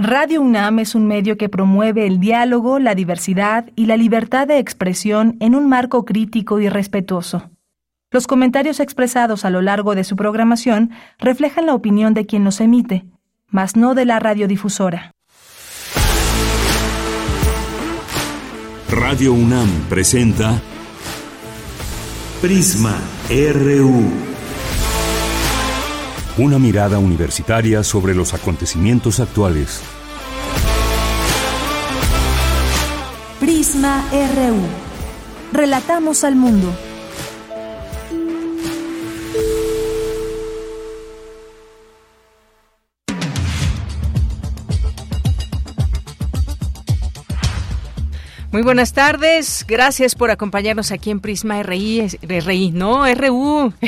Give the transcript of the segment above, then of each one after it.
Radio UNAM es un medio que promueve el diálogo, la diversidad y la libertad de expresión en un marco crítico y respetuoso. Los comentarios expresados a lo largo de su programación reflejan la opinión de quien los emite, mas no de la radiodifusora. Radio UNAM presenta Prisma RU. Una mirada universitaria sobre los acontecimientos actuales. Prisma RU. Relatamos al mundo. Muy buenas tardes, gracias por acompañarnos aquí en Prisma RU.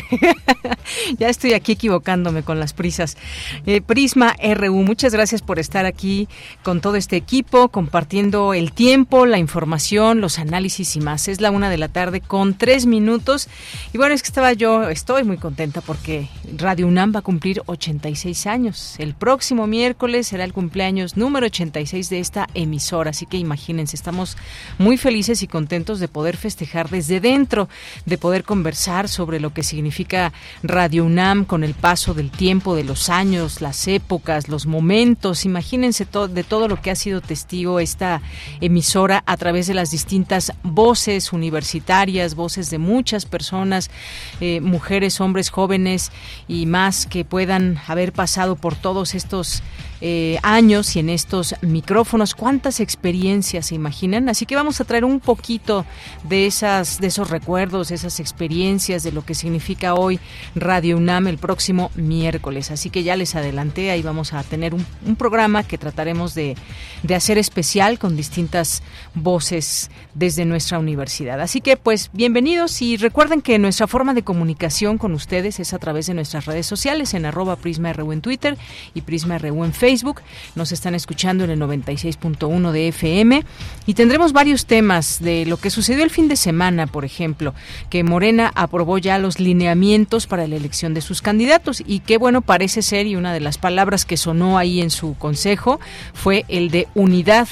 Ya estoy aquí equivocándome con las prisas. Prisma RU, muchas gracias por estar aquí con todo este equipo, compartiendo el tiempo, la información, los análisis y más. Es la 1:00 con 3 minutos. Y bueno, es que estoy muy contenta porque Radio UNAM va a cumplir 86 años. El próximo miércoles será el cumpleaños número 86 de esta emisora, así que imagínense, estamos muy felices y contentos de poder festejar desde dentro, de poder conversar sobre lo que significa Radio UNAM con el paso del tiempo, de los años, las épocas, los momentos. Imagínense de todo lo que ha sido testigo esta emisora a través de las distintas voces universitarias, voces de muchas personas, mujeres, hombres, jóvenes y más que puedan haber pasado por todos estos años y en estos micrófonos. ¿Cuántas experiencias se imaginan? Así que vamos a traer un poquito de esos recuerdos, esas experiencias de lo que significa hoy Radio UNAM el próximo miércoles. Así que ya les adelanté, ahí vamos a tener un programa que trataremos de hacer especial con distintas voces desde nuestra universidad. Así que pues bienvenidos y recuerden que nuestra forma de comunicación con ustedes es a través de nuestras redes sociales en @PrismaRU en Twitter y PrismaRU en Facebook. Nos están escuchando en el 96.1 de FM y tendremos varios temas de lo que sucedió el fin de semana, por ejemplo, que Morena aprobó ya los lineamientos para la elección de sus candidatos y que bueno, parece ser, y una de las palabras que sonó ahí en su consejo fue el de unidad.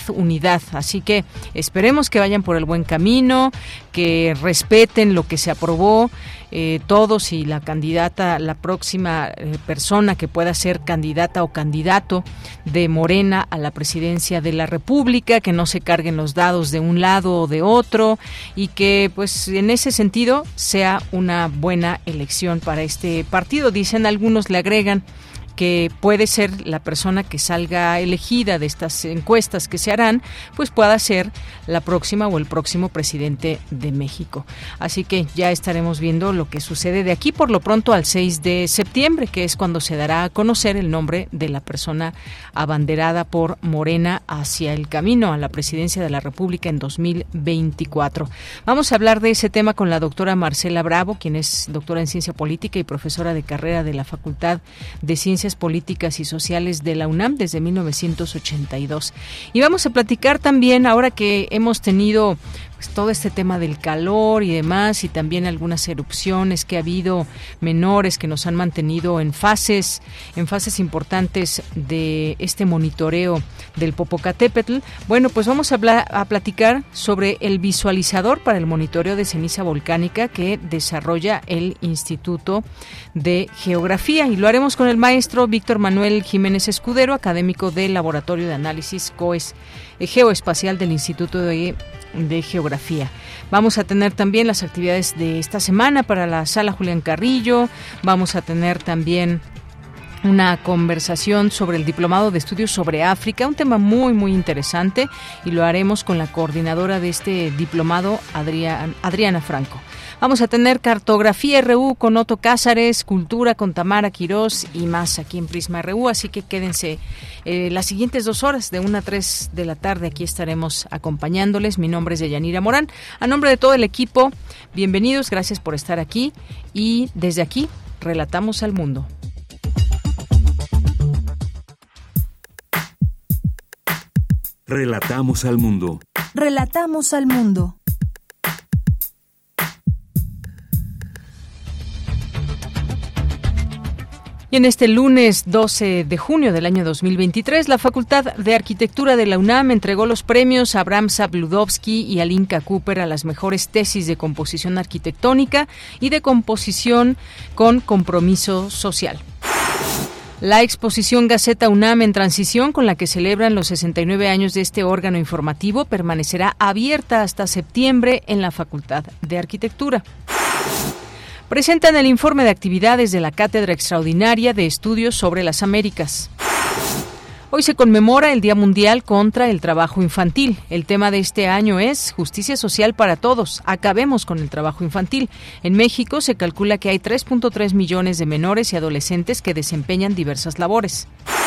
Así que esperemos que vayan por el buen camino, que respeten lo que se aprobó todos y la candidata, la próxima persona que pueda ser candidata o candidato de Morena a la presidencia de la República, que no se carguen los dados de un lado o de otro y que pues en ese sentido sea una buena elección para este partido. Dicen algunos, le agregan que puede ser la persona que salga elegida de estas encuestas que se harán, pues pueda ser la próxima o el próximo presidente de México. Así que ya estaremos viendo lo que sucede de aquí por lo pronto al 6 de septiembre, que es cuando se dará a conocer el nombre de la persona abanderada por Morena hacia el camino a la presidencia de la República en 2024. Vamos a hablar de ese tema con la doctora Marcela Bravo, quien es doctora en Ciencia Política y profesora de carrera de la Facultad de Ciencias Políticas y Sociales de la UNAM desde 1982. Y vamos a platicar también, ahora que hemos tenido pues todo este tema del calor y demás, y también algunas erupciones que ha habido menores que nos han mantenido en fases importantes de este monitoreo del Popocatépetl. Bueno, pues vamos a platicar sobre el visualizador para el monitoreo de ceniza volcánica que desarrolla el Instituto de Geografía, y lo haremos con el maestro Víctor Manuel Jiménez Escudero, académico del Laboratorio de Análisis Geoespacial del Instituto de Geografía. Vamos a tener también las actividades de esta semana para la Sala Julián Carrillo. Vamos a tener también una conversación sobre el Diplomado de Estudios sobre África, un tema muy, muy interesante, y lo haremos con la coordinadora de este diplomado, Adriana Franco. Vamos a tener Cartografía RU con Otto Cázares, Cultura con Tamara Quirós y más aquí en Prisma RU, así que quédense las siguientes 2 horas, de 1 a 3 de la tarde, aquí estaremos acompañándoles. Mi nombre es Deyanira Morán. A nombre de todo el equipo, bienvenidos, gracias por estar aquí, y desde aquí relatamos al mundo. Relatamos al mundo. Relatamos al mundo. Y en este lunes 12 de junio del año 2023, la Facultad de Arquitectura de la UNAM entregó los premios Abraham Sabludovsky y Alinka Cooper a las mejores tesis de composición arquitectónica y de composición con compromiso social. La exposición Gaceta UNAM en Transición, con la que celebran los 69 años de este órgano informativo, permanecerá abierta hasta septiembre en la Facultad de Arquitectura. Presentan el informe de actividades de la Cátedra Extraordinaria de Estudios sobre las Américas. Hoy se conmemora el Día Mundial contra el Trabajo Infantil. El tema de este año es Justicia Social para Todos. Acabemos con el trabajo infantil. En México se calcula que hay 3.3 millones de menores y adolescentes que desempeñan diversas labores.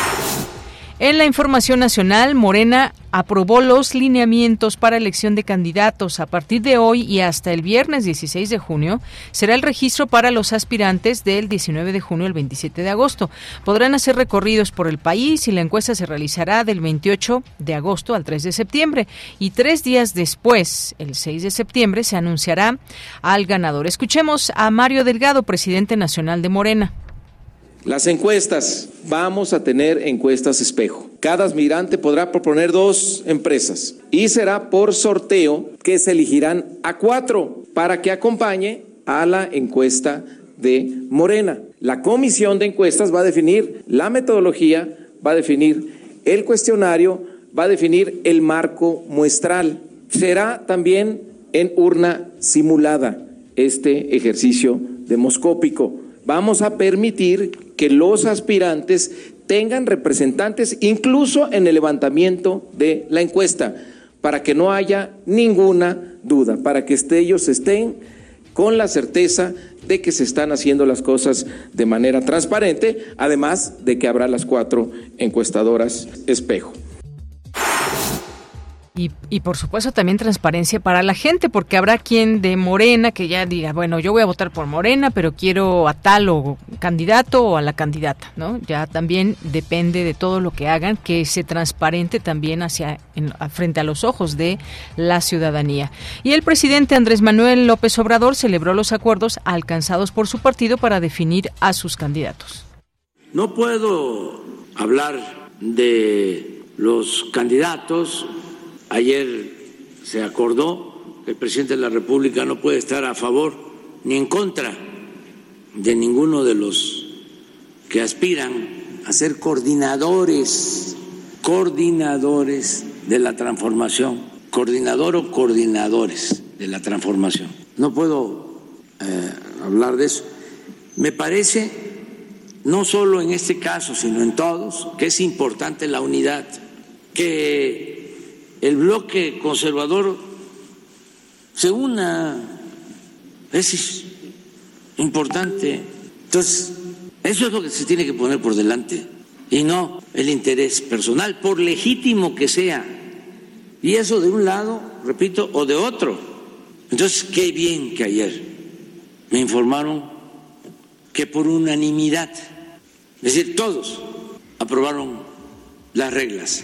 En la información nacional, Morena aprobó los lineamientos para elección de candidatos. A partir de hoy y hasta el viernes 16 de junio será el registro para los aspirantes del 19 de junio al 27 de agosto. Podrán hacer recorridos por el país y la encuesta se realizará del 28 de agosto al 3 de septiembre. Y 3 días después, el 6 de septiembre, se anunciará al ganador. Escuchemos a Mario Delgado, presidente nacional de Morena. Las encuestas, vamos a tener encuestas espejo. Cada aspirante podrá proponer 2 empresas y será por sorteo que se elegirán a 4 para que acompañe a la encuesta de Morena. La comisión de encuestas va a definir la metodología, va a definir el cuestionario, va a definir el marco muestral. Será también en urna simulada este ejercicio demoscópico. Vamos a permitir que los aspirantes tengan representantes incluso en el levantamiento de la encuesta, para que no haya ninguna duda, para que ellos estén con la certeza de que se están haciendo las cosas de manera transparente, además de que habrá las 4 encuestadoras espejo. Y por supuesto también transparencia para la gente, porque habrá quien de Morena que ya diga, bueno, yo voy a votar por Morena, pero quiero a tal o candidato o a la candidata, ¿no? Ya también depende de todo lo que hagan, que se transparente también frente a los ojos de la ciudadanía. Y el presidente Andrés Manuel López Obrador celebró los acuerdos alcanzados por su partido para definir a sus candidatos. No puedo hablar de los candidatos. Ayer se acordó que el presidente de la República no puede estar a favor ni en contra de ninguno de los que aspiran a ser coordinadores de la transformación, coordinador o coordinadores de la transformación. No puedo hablar de eso. Me parece, no solo en este caso, sino en todos, que es importante la unidad, que el bloque conservador se una, es importante. Entonces, eso es lo que se tiene que poner por delante y no el interés personal, por legítimo que sea. Y eso de un lado, repito, o de otro. Entonces, qué bien que ayer me informaron que por unanimidad, es decir, todos aprobaron las reglas.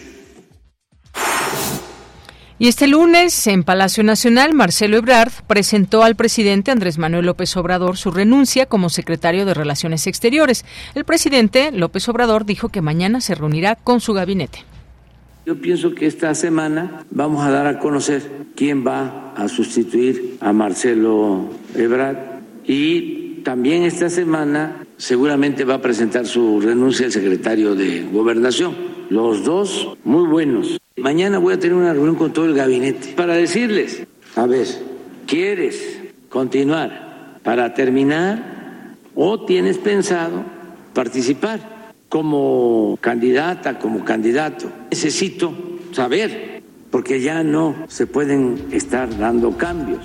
Y este lunes, en Palacio Nacional, Marcelo Ebrard presentó al presidente Andrés Manuel López Obrador su renuncia como secretario de Relaciones Exteriores. El presidente López Obrador dijo que mañana se reunirá con su gabinete. Yo pienso que esta semana vamos a dar a conocer quién va a sustituir a Marcelo Ebrard y también esta semana seguramente va a presentar su renuncia el secretario de Gobernación. Los dos muy buenos. Mañana voy a tener una reunión con todo el gabinete para decirles, a ver, ¿quieres continuar para terminar o tienes pensado participar como candidata, como candidato? Necesito saber, porque ya no se pueden estar dando cambios.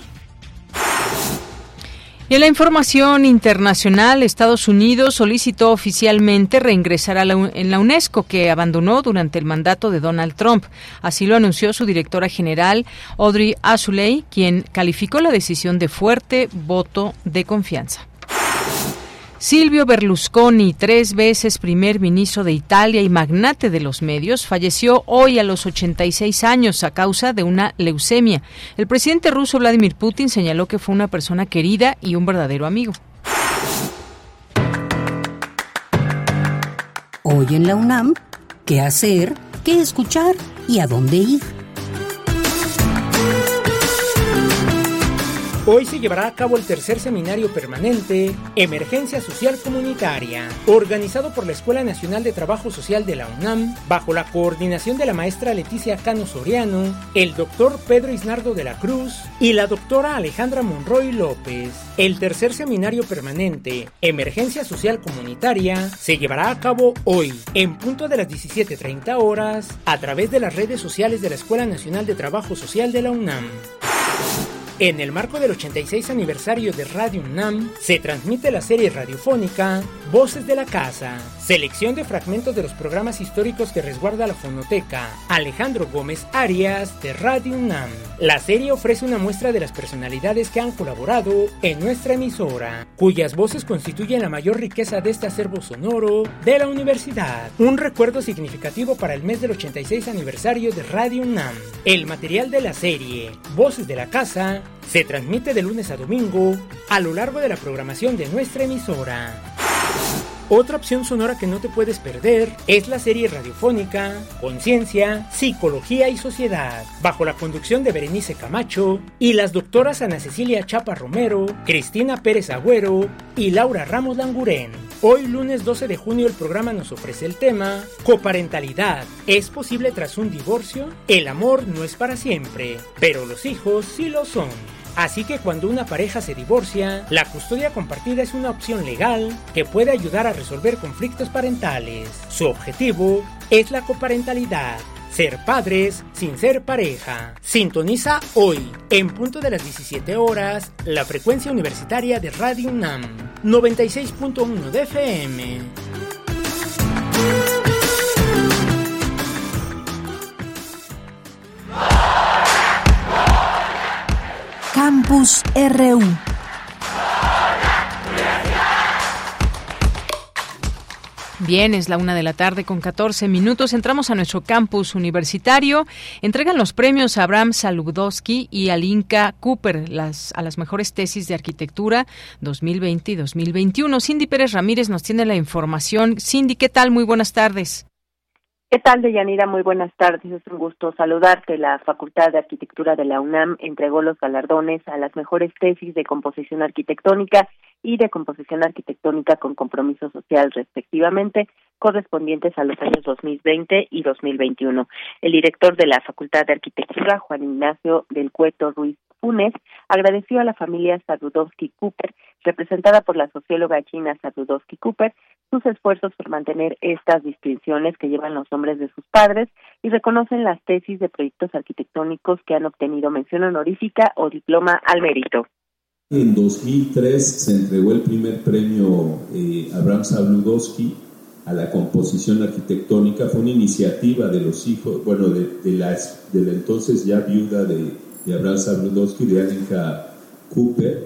Y en la información internacional, Estados Unidos solicitó oficialmente reingresar en la UNESCO, que abandonó durante el mandato de Donald Trump. Así lo anunció su directora general, Audrey Azoulay, quien calificó la decisión de fuerte voto de confianza. Silvio Berlusconi, 3 veces primer ministro de Italia y magnate de los medios, falleció hoy a los 86 años a causa de una leucemia. El presidente ruso Vladimir Putin señaló que fue una persona querida y un verdadero amigo. Hoy en la UNAM, ¿qué hacer? ¿Qué escuchar? ¿Y a dónde ir? Hoy se llevará a cabo el tercer seminario permanente Emergencia Social Comunitaria, organizado por la Escuela Nacional de Trabajo Social de la UNAM, bajo la coordinación de la maestra Leticia Cano Soriano, el doctor Pedro Isnardo de la Cruz y la doctora Alejandra Monroy López. El tercer seminario permanente Emergencia Social Comunitaria se llevará a cabo hoy, en punto de las 17:30 horas, a través de las redes sociales de la Escuela Nacional de Trabajo Social de la UNAM. En el marco del 86 aniversario de Radio UNAM, se transmite la serie radiofónica Voces de la Casa, selección de fragmentos de los programas históricos que resguarda la fonoteca Alejandro Gómez Arias de Radio UNAM. La serie ofrece una muestra de las personalidades que han colaborado en nuestra emisora, cuyas voces constituyen la mayor riqueza de este acervo sonoro de la universidad. Un recuerdo significativo para el mes del 86 aniversario de Radio UNAM. El material de la serie Voces de la Casa se transmite de lunes a domingo a lo largo de la programación de nuestra emisora. Otra opción sonora que no te puedes perder es la serie radiofónica Conciencia, Psicología y Sociedad, bajo la conducción de Berenice Camacho y las doctoras Ana Cecilia Chapa Romero, Cristina Pérez Agüero y Laura Ramos Langurén. Hoy, lunes 12 de junio, el programa nos ofrece el tema Coparentalidad. ¿Es posible tras un divorcio? El amor no es para siempre, pero los hijos sí lo son. Así que cuando una pareja se divorcia, la custodia compartida es una opción legal que puede ayudar a resolver conflictos parentales. Su objetivo es la coparentalidad. Ser padres sin ser pareja. Sintoniza hoy, en punto de las 17 horas, la frecuencia universitaria de Radio UNAM, 96.1 de FM. Campus RU. Bien, es la 1:14 p.m. Entramos a nuestro campus universitario. Entregan los premios a Abraham Saludowski y a Linka Cooper a las mejores tesis de arquitectura 2020 y 2021. Cindy Pérez Ramírez nos tiene la información. Cindy, ¿qué tal? Muy buenas tardes. ¿Qué tal, Deyanira? Muy buenas tardes. Es un gusto saludarte. La Facultad de Arquitectura de la UNAM entregó los galardones a las mejores tesis de composición arquitectónica y de composición arquitectónica con compromiso social, respectivamente, correspondientes a los años 2020 y 2021. El director de la Facultad de Arquitectura, Juan Ignacio del Cueto Ruiz Funes, agradeció a la familia Saludowski-Cooper, representada por la socióloga Gina Saludowski-Cooper, sus esfuerzos por mantener estas distinciones que llevan los nombres de sus padres y reconocen las tesis de proyectos arquitectónicos que han obtenido mención honorífica o diploma al mérito. En 2003 se entregó el primer premio Abraham Saludowski a la composición arquitectónica. Fue una iniciativa de los hijos, de la entonces ya viuda de Abraham Saludowski, de Linka Cooper,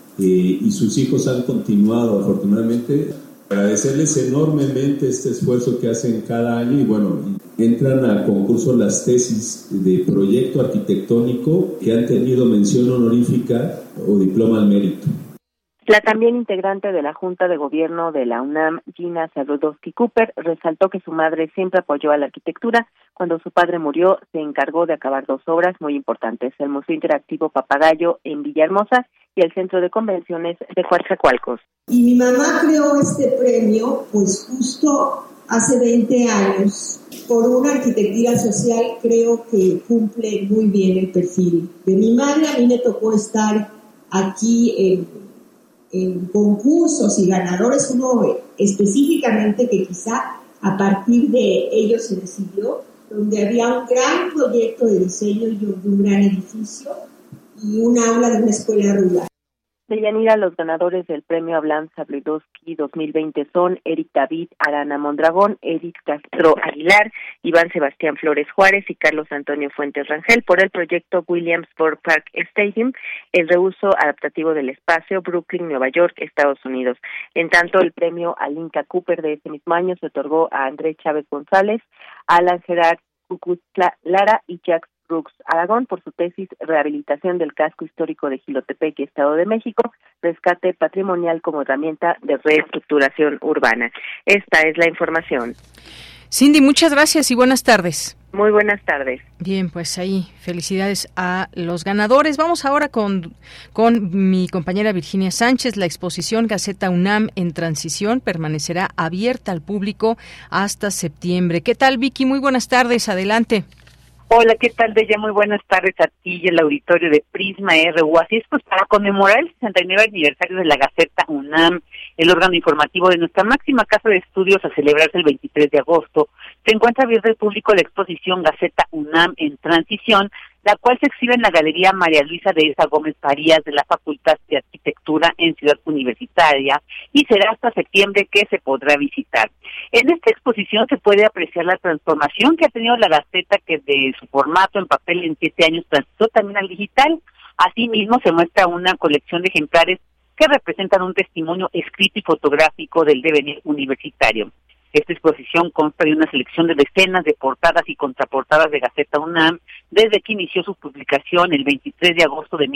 y sus hijos han continuado, afortunadamente. Agradecerles enormemente este esfuerzo que hacen cada año y entran a concurso las tesis de proyecto arquitectónico que han tenido mención honorífica o diploma al mérito. La también integrante de la Junta de Gobierno de la UNAM, Gina Saludowski-Cooper, resaltó que su madre siempre apoyó a la arquitectura. Cuando su padre murió, se encargó de acabar dos obras muy importantes, el Museo Interactivo Papagayo en Villahermosa y el Centro de Convenciones de Coatzacoalcos. Y mi mamá creó este premio, pues justo hace 20 años, por una arquitectura social. Creo que cumple muy bien el perfil de mi madre. A mí me tocó estar aquí en concursos y ganadores, uno específicamente que quizá a partir de ellos se decidió, donde había un gran proyecto de diseño y un gran edificio y un aula de una escuela rural. Deyanira, los ganadores del premio Abraham Saludowski 2020 son Eric David Arana Mondragón, Eric Castro Aguilar, Iván Sebastián Flores Juárez y Carlos Antonio Fuentes Rangel por el proyecto Williamsburg Park Stadium, el reuso adaptativo del espacio, Brooklyn, Nueva York, Estados Unidos. En tanto, el premio a Linka Cooper de ese mismo año se otorgó a Andrés Chávez González, Alan Gerard Cucutla Lara y Jacques Brooks Aragón por su tesis Rehabilitación del casco histórico de Jilotepec, Estado de México, rescate patrimonial como herramienta de reestructuración urbana. Esta es la información. Cindy, muchas gracias y buenas tardes. Muy buenas tardes. Bien, pues ahí, felicidades a los ganadores. Vamos ahora con mi compañera Virginia Sánchez. La exposición Gaceta UNAM en transición permanecerá abierta al público hasta septiembre. ¿Qué tal, Vicky? Muy buenas tardes, adelante. Hola, ¿qué tal, Deya? Muy buenas tardes a ti y el auditorio de Prisma RU. Así es, pues para conmemorar el 69 aniversario de la Gaceta UNAM, el órgano informativo de nuestra máxima casa de estudios a celebrarse el 23 de agosto, se encuentra abierta al público la exposición Gaceta UNAM en transición, la cual se exhibe en la Galería María Luisa de Esa Gómez Farías de la Facultad de Arquitectura en Ciudad Universitaria y será hasta septiembre que se podrá visitar. En esta exposición se puede apreciar la transformación que ha tenido la Gaceta, que de su formato en papel en 7 años transitó también al digital. Asimismo, se muestra una colección de ejemplares que representan un testimonio escrito y fotográfico del devenir universitario. Esta exposición consta de una selección de decenas de portadas y contraportadas de Gaceta UNAM desde que inició su publicación el 23 de agosto de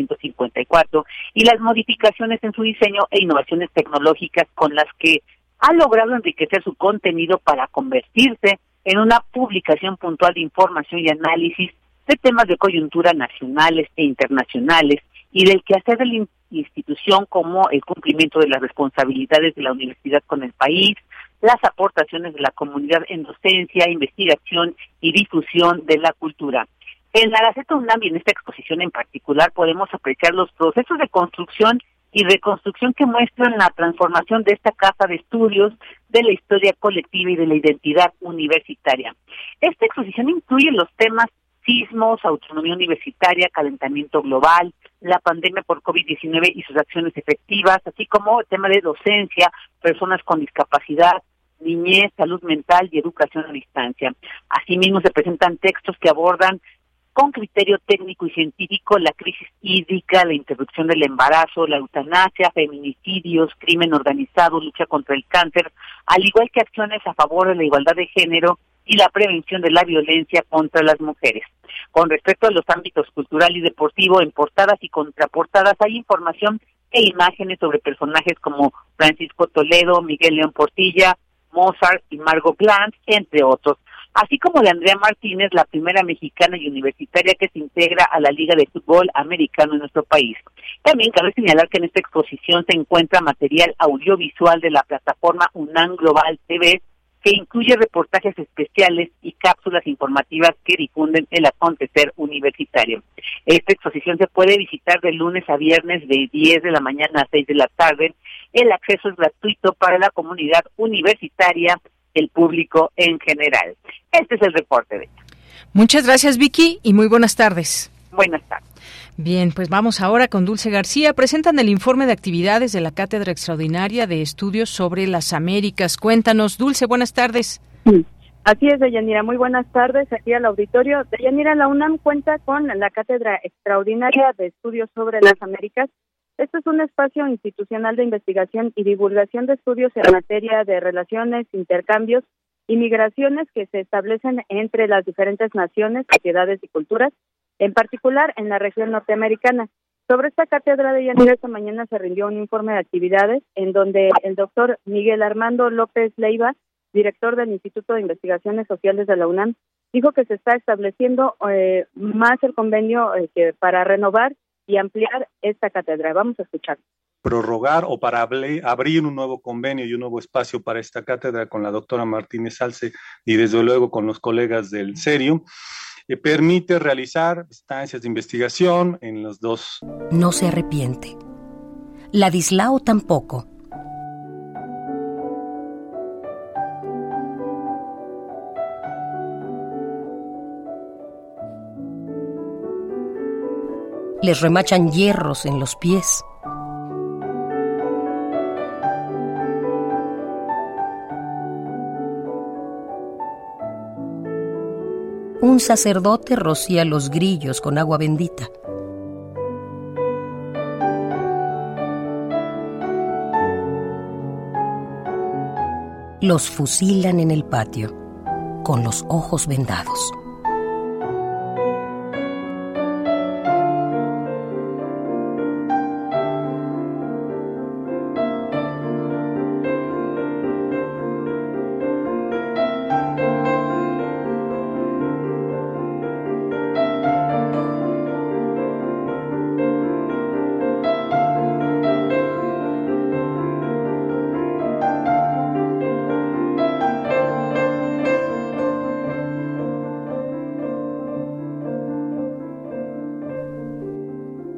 1954 y las modificaciones en su diseño e innovaciones tecnológicas con las que ha logrado enriquecer su contenido para convertirse en una publicación puntual de información y análisis de temas de coyuntura nacionales e internacionales y del quehacer de la institución, como el cumplimiento de las responsabilidades de la universidad con el país, las aportaciones de la comunidad en docencia, investigación y difusión de la cultura. En la Gaceta UNAM y en esta exposición en particular podemos apreciar los procesos de construcción y reconstrucción que muestran la transformación de esta casa de estudios, de la historia colectiva y de la identidad universitaria. Esta exposición incluye los temas sismos, autonomía universitaria, calentamiento global, la pandemia por COVID-19 y sus acciones efectivas, así como el tema de docencia, personas con discapacidad, niñez, salud mental y educación a distancia. Asimismo, se presentan textos que abordan con criterio técnico y científico la crisis hídrica, la interrupción del embarazo, la eutanasia, feminicidios, crimen organizado, lucha contra el cáncer, al igual que acciones a favor de la igualdad de género y la prevención de la violencia contra las mujeres. Con respecto a los ámbitos cultural y deportivo, en portadas y contraportadas hay información e imágenes sobre personajes como Francisco Toledo, Miguel León Portilla, Mozart y Margot Glantz, entre otros, así como de Andrea Martínez, la primera mexicana y universitaria que se integra a la Liga de Fútbol Americano en nuestro país. También cabe señalar que en esta exposición se encuentra material audiovisual de la plataforma UNAM Global TV, que incluye reportajes especiales y cápsulas informativas que difunden el acontecer universitario. Esta exposición se puede visitar de lunes a viernes de 10 de la mañana a 6 de la tarde. El acceso es gratuito para la comunidad universitaria, el público en general. Este es el reporte de ella. Muchas gracias, Vicky, y muy buenas tardes. Buenas tardes. Bien, pues vamos ahora con Dulce García. Presentan el informe de actividades de la Cátedra Extraordinaria de Estudios sobre las Américas. Cuéntanos, Dulce, buenas tardes. Así es, Deyanira. Muy buenas tardes aquí al auditorio. Deyanira, la UNAM cuenta con la Cátedra Extraordinaria de Estudios sobre las Américas. Este es un espacio institucional de investigación y divulgación de estudios en materia de relaciones, intercambios y migraciones que se establecen entre las diferentes naciones, sociedades y culturas, en particular en la región norteamericana. Sobre esta cátedra de Yanira, esta mañana se rindió un informe de actividades en donde el doctor Miguel Armando López Leiva, director del Instituto de Investigaciones Sociales de la UNAM, dijo que se está estableciendo más el convenio para renovar y ampliar esta cátedra. Vamos a escuchar. Prorrogar o para abrir un nuevo convenio y un nuevo espacio para esta cátedra con la doctora Martínez Salce y desde luego con los colegas del CERIU, permite realizar estancias de investigación en los dos. No se arrepiente. Ladislao tampoco. Les remachan hierros en los pies. Un sacerdote rocía los grillos con agua bendita. Los fusilan en el patio, con los ojos vendados.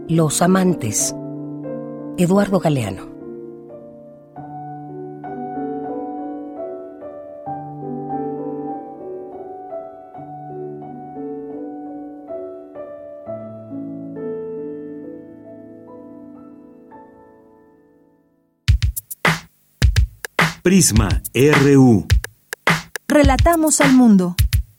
Los amantes. Eduardo Galeano. Prisma RU. Relatamos al mundo.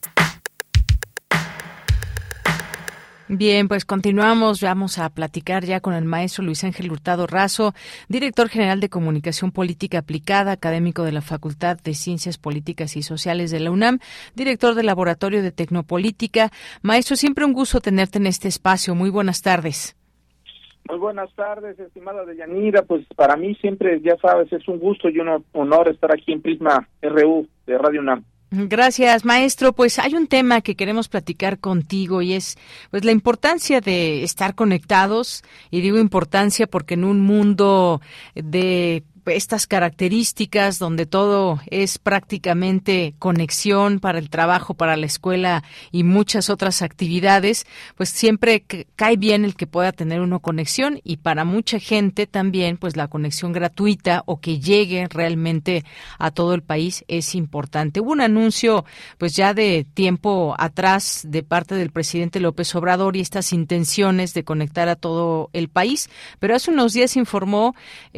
Bien, pues continuamos. Vamos a platicar ya con el maestro Luis Ángel Hurtado Razo, director general de Comunicación Política Aplicada, académico de la Facultad de Ciencias Políticas y Sociales de la UNAM, director del Laboratorio de Tecnopolítica. Maestro, siempre un gusto tenerte en este espacio. Muy buenas tardes. Muy buenas tardes, estimada Deyanira. Pues para mí siempre, ya sabes, es un gusto y un honor estar aquí en Prisma RU de Radio UNAM. Gracias, maestro. Pues hay un tema que queremos platicar contigo y es pues la importancia de estar conectados, y digo importancia porque en un mundo de estas características donde todo es prácticamente conexión para el trabajo, para la escuela y muchas otras actividades, pues siempre cae bien el que pueda tener una conexión, y para mucha gente también pues la conexión gratuita o que llegue realmente a todo el país es importante. Hubo un anuncio pues ya de tiempo atrás de parte del presidente López Obrador y estas intenciones de conectar a todo el país, pero hace unos días informó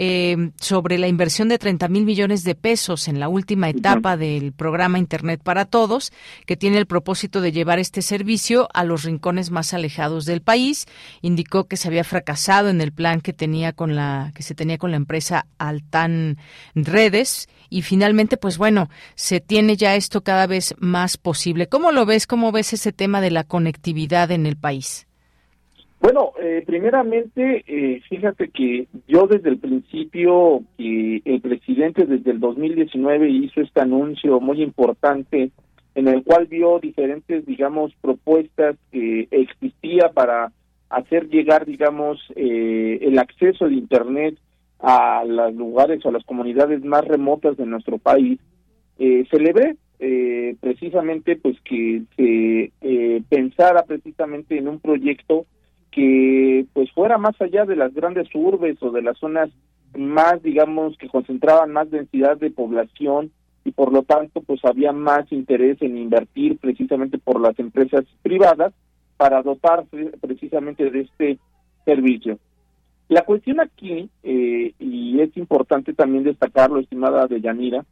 sobre la inversión de 30,000 millones de pesos en la última etapa del programa Internet para Todos, que tiene el propósito de llevar este servicio a los rincones más alejados del país. Indicó que se había fracasado en el plan que se tenía con la empresa Altán Redes, y finalmente, pues bueno, se tiene ya esto cada vez más posible. ¿Cómo lo ves? ¿Cómo ves ese tema de la conectividad en el país? Bueno, primeramente, fíjate que yo desde el principio, el presidente desde el 2019 hizo este anuncio muy importante en el cual vio diferentes, digamos, propuestas que existía para hacer llegar, digamos, el acceso al Internet a los lugares o a las comunidades más remotas de nuestro país. Celebré precisamente pues que se pensara precisamente en un proyecto que pues fuera más allá de las grandes urbes o de las zonas más, digamos, que concentraban más densidad de población, y por lo tanto pues había más interés en invertir precisamente por las empresas privadas para dotar precisamente de este servicio. La cuestión aquí, y es importante también destacarlo, estimada Deyanira,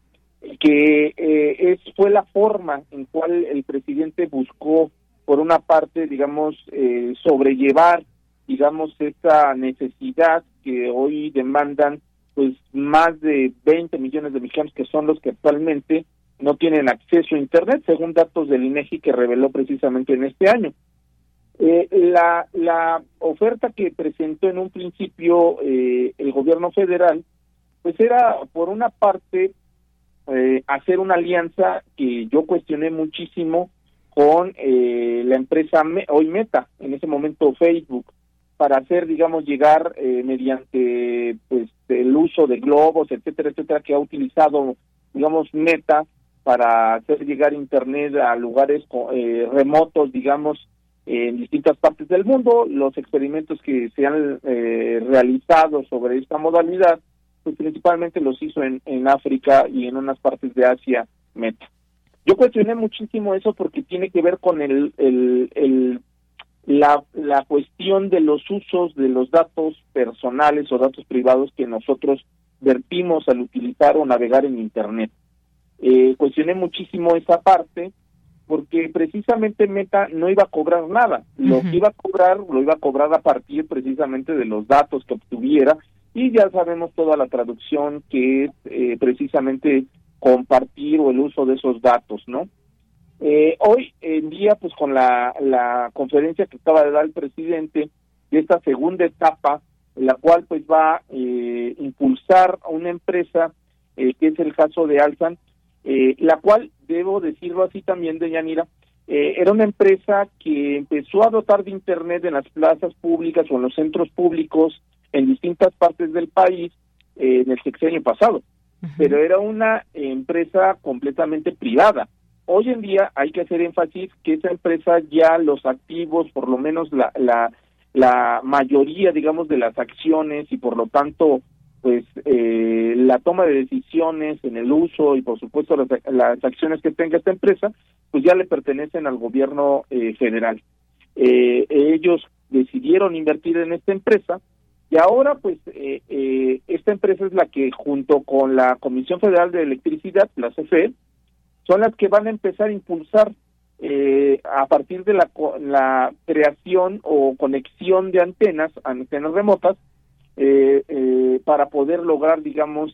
que fue la forma en cual el presidente buscó, por una parte, digamos, sobrellevar, digamos, esta necesidad que hoy demandan, pues, más de 20 millones de mexicanos, que son los que actualmente no tienen acceso a Internet, según datos del INEGI que reveló precisamente en este año. La oferta que presentó en un principio el gobierno federal, pues era, por una parte, hacer una alianza que yo cuestioné muchísimo con la empresa hoy Meta, en ese momento Facebook, para hacer, digamos, llegar mediante pues el uso de globos, etcétera, etcétera, que ha utilizado, digamos, Meta para hacer llegar Internet a lugares remotos, digamos, en distintas partes del mundo. Los experimentos que se han realizado sobre esta modalidad, pues principalmente los hizo en África y en unas partes de Asia Meta. Yo cuestioné muchísimo eso porque tiene que ver con la cuestión de los usos de los datos personales o datos privados que nosotros vertimos al utilizar o navegar en Internet. Cuestioné muchísimo esa parte porque precisamente Meta no iba a cobrar nada. Lo que iba a cobrar, lo iba a cobrar a partir precisamente de los datos que obtuviera, y ya sabemos toda la traducción que es precisamente compartir o el uso de esos datos, ¿no? Hoy en día, pues con la conferencia que acaba de dar el presidente de esta segunda etapa, la cual pues va a impulsar a una empresa, que es el caso de Altán, la cual, debo decirlo así también, Deyanira, era una empresa que empezó a dotar de Internet en las plazas públicas o en los centros públicos en distintas partes del país en el sexenio pasado. Pero era una empresa completamente privada. Hoy en día hay que hacer énfasis que esa empresa ya los activos, por lo menos la mayoría, digamos, de las acciones y por lo tanto, pues la toma de decisiones en el uso y por supuesto las acciones que tenga esta empresa, pues ya le pertenecen al gobierno federal. Ellos decidieron invertir en esta empresa y ahora pues esta empresa es la que junto con la Comisión Federal de Electricidad, la CFE, son las que van a empezar a impulsar a partir de la creación o conexión de antenas remotas para poder lograr, digamos,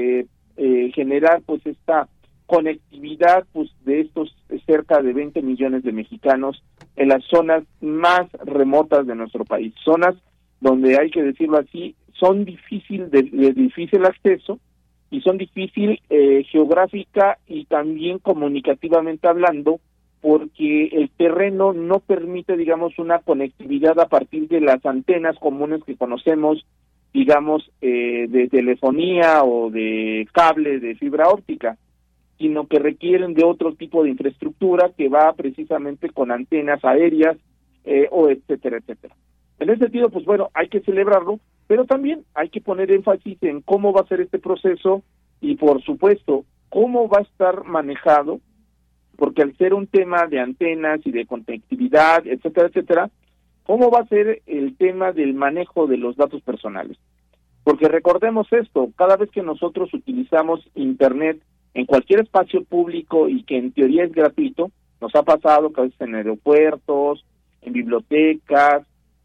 generar pues esta conectividad pues de estos cerca de 20 millones de mexicanos en las zonas más remotas de nuestro país, zonas donde hay que decirlo así, son de difícil acceso y son difícil geográfica y también comunicativamente hablando, porque el terreno no permite, digamos, una conectividad a partir de las antenas comunes que conocemos, digamos, de telefonía o de cable de fibra óptica, sino que requieren de otro tipo de infraestructura que va precisamente con antenas aéreas o etcétera, etcétera. En ese sentido, pues bueno, hay que celebrarlo, pero también hay que poner énfasis en cómo va a ser este proceso y, por supuesto, cómo va a estar manejado, porque al ser un tema de antenas y de conectividad, etcétera, etcétera, ¿cómo va a ser el tema del manejo de los datos personales? Porque recordemos esto, cada vez que nosotros utilizamos Internet en cualquier espacio público y que en teoría es gratuito, nos ha pasado que a veces en aeropuertos, en bibliotecas,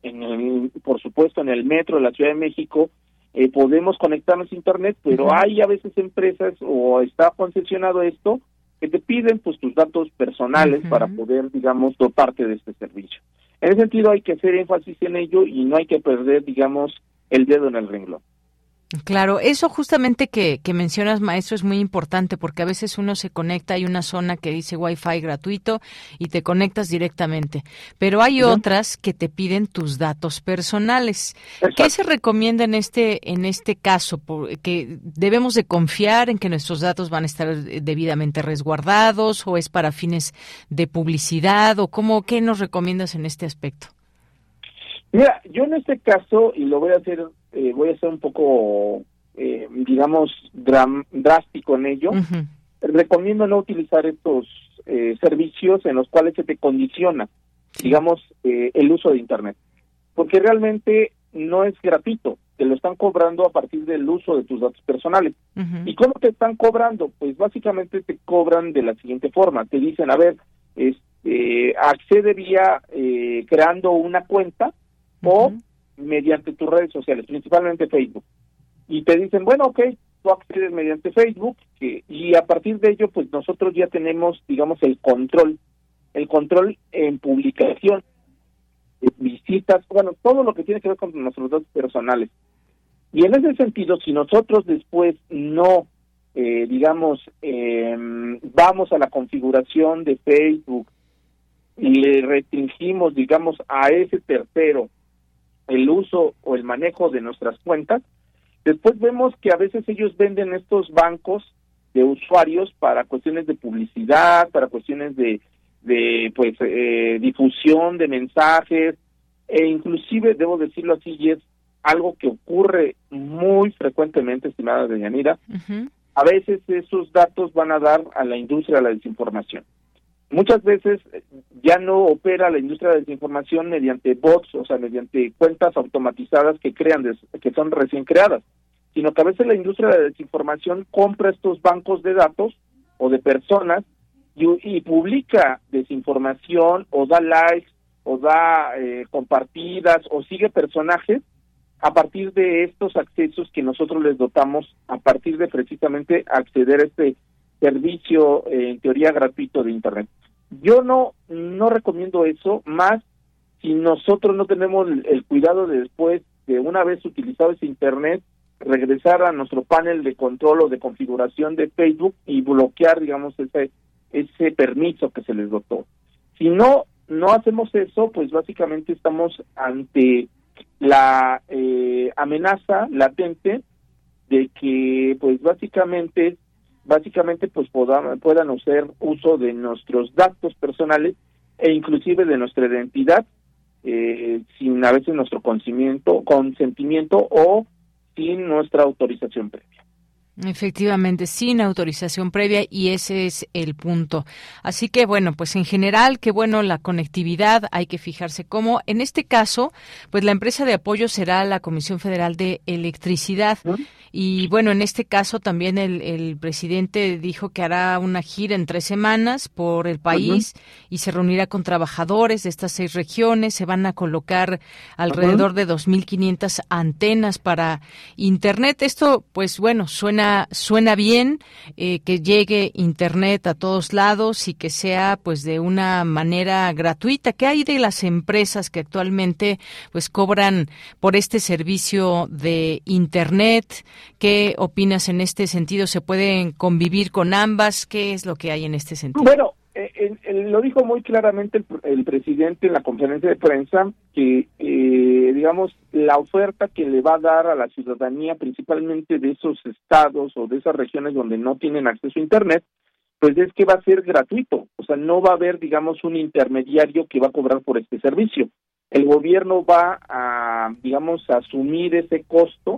por supuesto en el metro de la Ciudad de México, podemos conectarnos a Internet, pero hay a veces empresas o está concesionado esto que te piden pues tus datos personales para poder, digamos, dotarte de este servicio. En ese sentido hay que hacer énfasis en ello y no hay que perder, digamos, el dedo en el renglón. Claro, eso justamente que mencionas, maestro, es muy importante porque a veces uno se conecta, hay una zona que dice Wi-Fi gratuito y te conectas directamente, pero hay otras que te piden tus datos personales. Exacto. ¿Qué se recomienda en este caso? ¿Que debemos de confiar en que nuestros datos van a estar debidamente resguardados o es para fines de publicidad o qué nos recomiendas en este aspecto? Mira, yo en este caso, y lo voy a ser un poco, digamos, drástico en ello, recomiendo no utilizar estos servicios en los cuales se te condiciona, digamos, el uso de Internet, porque realmente no es gratuito, te lo están cobrando a partir del uso de tus datos personales. ¿Y cómo te están cobrando? Pues básicamente te cobran de la siguiente forma, te dicen, a ver, accede vía creando una cuenta, o mediante tus redes sociales, principalmente Facebook. Y te dicen, bueno, ok, tú accedes mediante Facebook, y a partir de ello, pues nosotros ya tenemos, digamos, el control en publicación, visitas, bueno, todo lo que tiene que ver con nuestros datos personales. Y en ese sentido, si nosotros después no, vamos a la configuración de Facebook y le restringimos, digamos, a ese tercero el uso o el manejo de nuestras cuentas, después vemos que a veces ellos venden estos bancos de usuarios para cuestiones de publicidad, para cuestiones de difusión de mensajes, e inclusive, debo decirlo así, y es algo que ocurre muy frecuentemente, estimada Deyanira, a veces esos datos van a dar a la industria de la desinformación. Muchas veces ya no opera la industria de la desinformación mediante bots, o sea, mediante cuentas automatizadas que son recién creadas, sino que a veces la industria de la desinformación compra estos bancos de datos o de personas y publica desinformación o da likes o da compartidas o sigue personajes a partir de estos accesos que nosotros les dotamos a partir de precisamente acceder a este servicio en teoría gratuito de Internet. Yo no recomiendo eso, más si nosotros no tenemos el cuidado de después, de una vez utilizado ese Internet, regresar a nuestro panel de control o de configuración de Facebook y bloquear, digamos, ese permiso que se les dotó. Si no hacemos eso, pues básicamente estamos ante la amenaza latente de que, pues básicamente pues puedan hacer uso de nuestros datos personales e inclusive de nuestra identidad sin a veces nuestro consentimiento o sin nuestra autorización previa. Efectivamente, sin autorización previa, y ese es el punto. Así que, bueno, pues en general, qué bueno la conectividad, hay que fijarse cómo. En este caso, pues la empresa de apoyo será la Comisión Federal de Electricidad. Y bueno, en este caso también el presidente dijo que hará una gira en 3 semanas por el país y se reunirá con trabajadores de estas 6 regiones. Se van a colocar alrededor de 2.500 antenas para Internet. Esto, pues bueno, suena bien, que llegue Internet a todos lados y que sea pues de una manera gratuita. ¿Qué hay de las empresas que actualmente pues cobran por este servicio de Internet? ¿Qué opinas en este sentido? ¿Se pueden convivir con ambas? ¿Qué es lo que hay en este sentido? Bueno, lo dijo muy claramente el presidente en la conferencia de prensa, que digamos, la oferta que le va a dar a la ciudadanía, principalmente de esos estados o de esas regiones donde no tienen acceso a Internet, pues es que va a ser gratuito. O sea, no va a haber, digamos, un intermediario que va a cobrar por este servicio. El gobierno va a, digamos, a asumir ese costo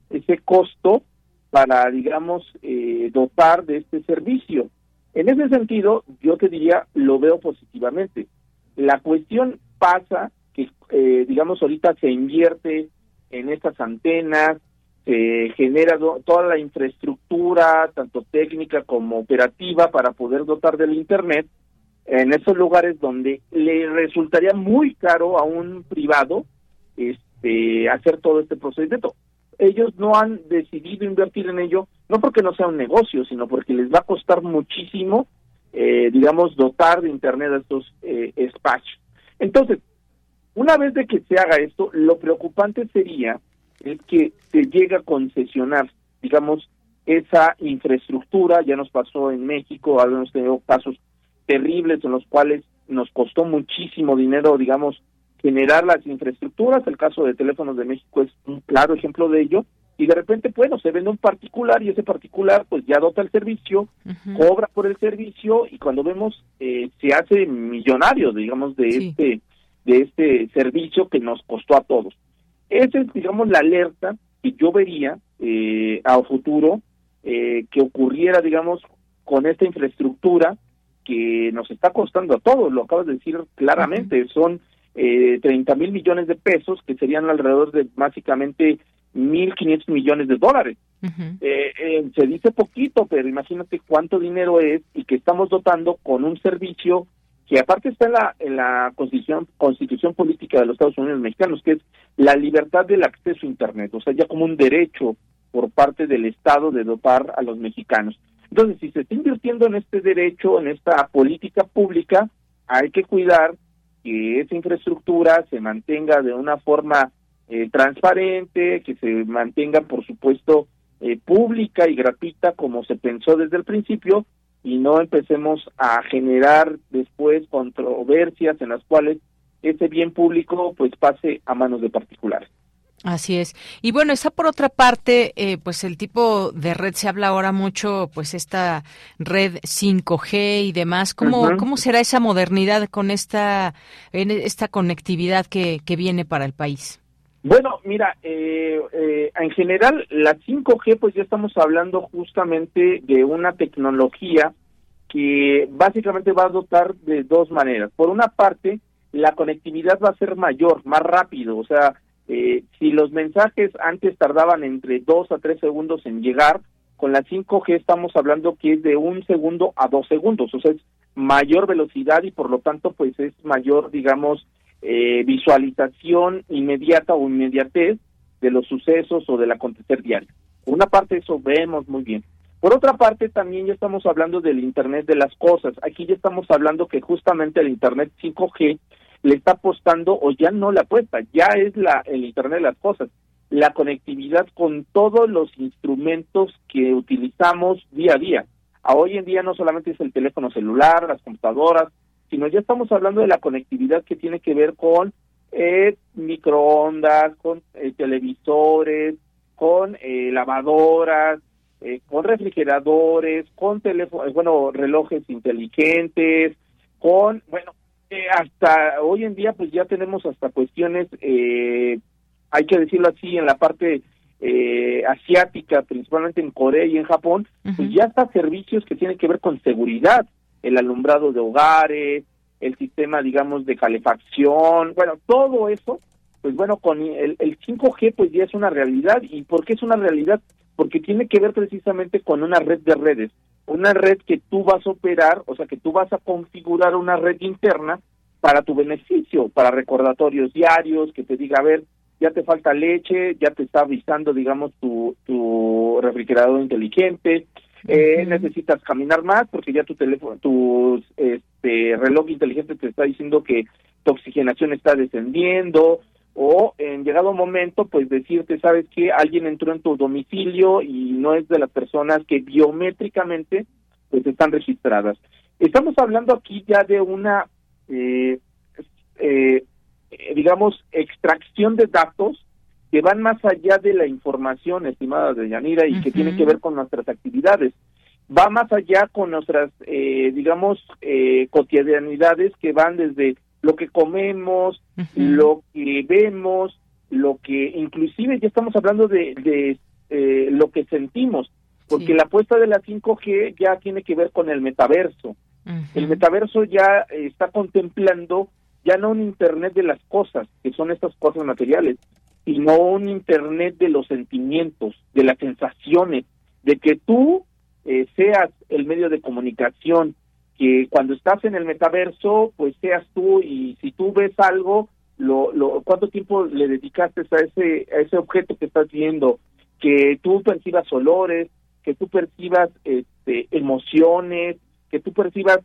para, digamos, dotar de este servicio. En ese sentido, yo te diría, lo veo positivamente. La cuestión pasa que, digamos, ahorita se invierte en estas antenas, se genera toda la infraestructura, tanto técnica como operativa, para poder dotar del Internet en esos lugares donde le resultaría muy caro a un privado hacer todo este procedimiento. Ellos no han decidido invertir en ello, no porque no sea un negocio, sino porque les va a costar muchísimo, digamos, dotar de Internet a estos espacios. Entonces, una vez de que se haga esto, lo preocupante sería es que se llegue a concesionar, digamos, esa infraestructura. Ya nos pasó en México, hemos tenido casos terribles en los cuales nos costó muchísimo dinero, digamos, generar las infraestructuras. El caso de Teléfonos de México es un claro ejemplo de ello, y de repente, bueno, se vende un particular y ese particular pues ya dota el servicio, cobra por el servicio, y cuando vemos se hace millonario, digamos, de este servicio que nos costó a todos. Esa es, digamos, la alerta que yo vería a futuro que ocurriera, digamos, con esta infraestructura que nos está costando a todos. Lo acabas de decir claramente, son 30,000 millones de pesos, que serían alrededor de básicamente 1,500 millones de dólares. Se dice poquito, pero imagínate cuánto dinero es, y que estamos dotando con un servicio que aparte está en la constitución política de los Estados Unidos mexicanos, que es la libertad del acceso a Internet, o sea, ya como un derecho por parte del Estado de dotar a los mexicanos. Entonces, si se está invirtiendo en este derecho, en esta política pública, hay que cuidar que esa infraestructura se mantenga de una forma transparente, que se mantenga, por supuesto, pública y gratuita, como se pensó desde el principio, y no empecemos a generar después controversias en las cuales ese bien público pues pase a manos de particulares. Así es. Y bueno, está por otra parte, pues el tipo de red, se habla ahora mucho, pues esta red 5G y demás. ¿Cómo será esa modernidad con esta conectividad que viene para el país? Bueno, mira, en general la 5G pues ya estamos hablando justamente de una tecnología que básicamente va a dotar de 2 maneras. Por una parte, la conectividad va a ser mayor, más rápido, o sea, si los mensajes antes tardaban entre 2 a 3 segundos en llegar, con la 5G estamos hablando que es de 1 segundo a 2 segundos, o sea, es mayor velocidad y por lo tanto pues es mayor, digamos, visualización inmediata o inmediatez de los sucesos o del acontecer diario. Por una parte eso vemos muy bien. Por otra parte también ya estamos hablando del Internet de las cosas. Aquí ya estamos hablando que justamente el Internet 5G le está apostando, o ya no le apuesta, ya es el Internet de las cosas, la conectividad con todos los instrumentos que utilizamos día a día. Hoy en día no solamente es el teléfono celular, las computadoras, sino ya estamos hablando de la conectividad que tiene que ver con microondas, con televisores, con lavadoras, con refrigeradores, con relojes inteligentes, con, Hasta hoy en día pues ya tenemos hasta cuestiones, hay que decirlo así, en la parte asiática, principalmente en Corea y en Japón, pues ya hasta servicios que tienen que ver con seguridad, el alumbrado de hogares, el sistema, digamos, de calefacción, bueno, todo eso, pues bueno, con el 5G pues ya es una realidad. ¿Y por qué es una realidad? Porque tiene que ver precisamente con una red de redes, una red que tú vas a operar, o sea, que tú vas a configurar una red interna para tu beneficio, para recordatorios diarios, que te diga, a ver, ya te falta leche, ya te está avisando, digamos, tu refrigerador inteligente, necesitas caminar más porque ya tu teléfono, tu reloj inteligente te está diciendo que tu oxigenación está descendiendo, o en llegado momento, pues decirte, sabes que alguien entró en tu domicilio y no es de las personas que biométricamente pues están registradas. Estamos hablando aquí ya de una digamos, extracción de datos que van más allá de la información, estimada Deyanira, y que tienen que ver con nuestras actividades. Va más allá con nuestras, digamos, cotidianidades, que van desde lo que comemos, lo que vemos, lo que, inclusive ya estamos hablando de lo que sentimos, porque la apuesta de la 5G ya tiene que ver con el metaverso. El metaverso ya está contemplando ya no un Internet de las cosas, que son estas cosas materiales, sino un Internet de los sentimientos, de las sensaciones, de que tú seas el medio de comunicación, que cuando estás en el metaverso, pues seas tú, y si tú ves algo, ¿cuánto tiempo le dedicaste a ese objeto que estás viendo? Que tú percibas olores, que tú percibas emociones, que tú percibas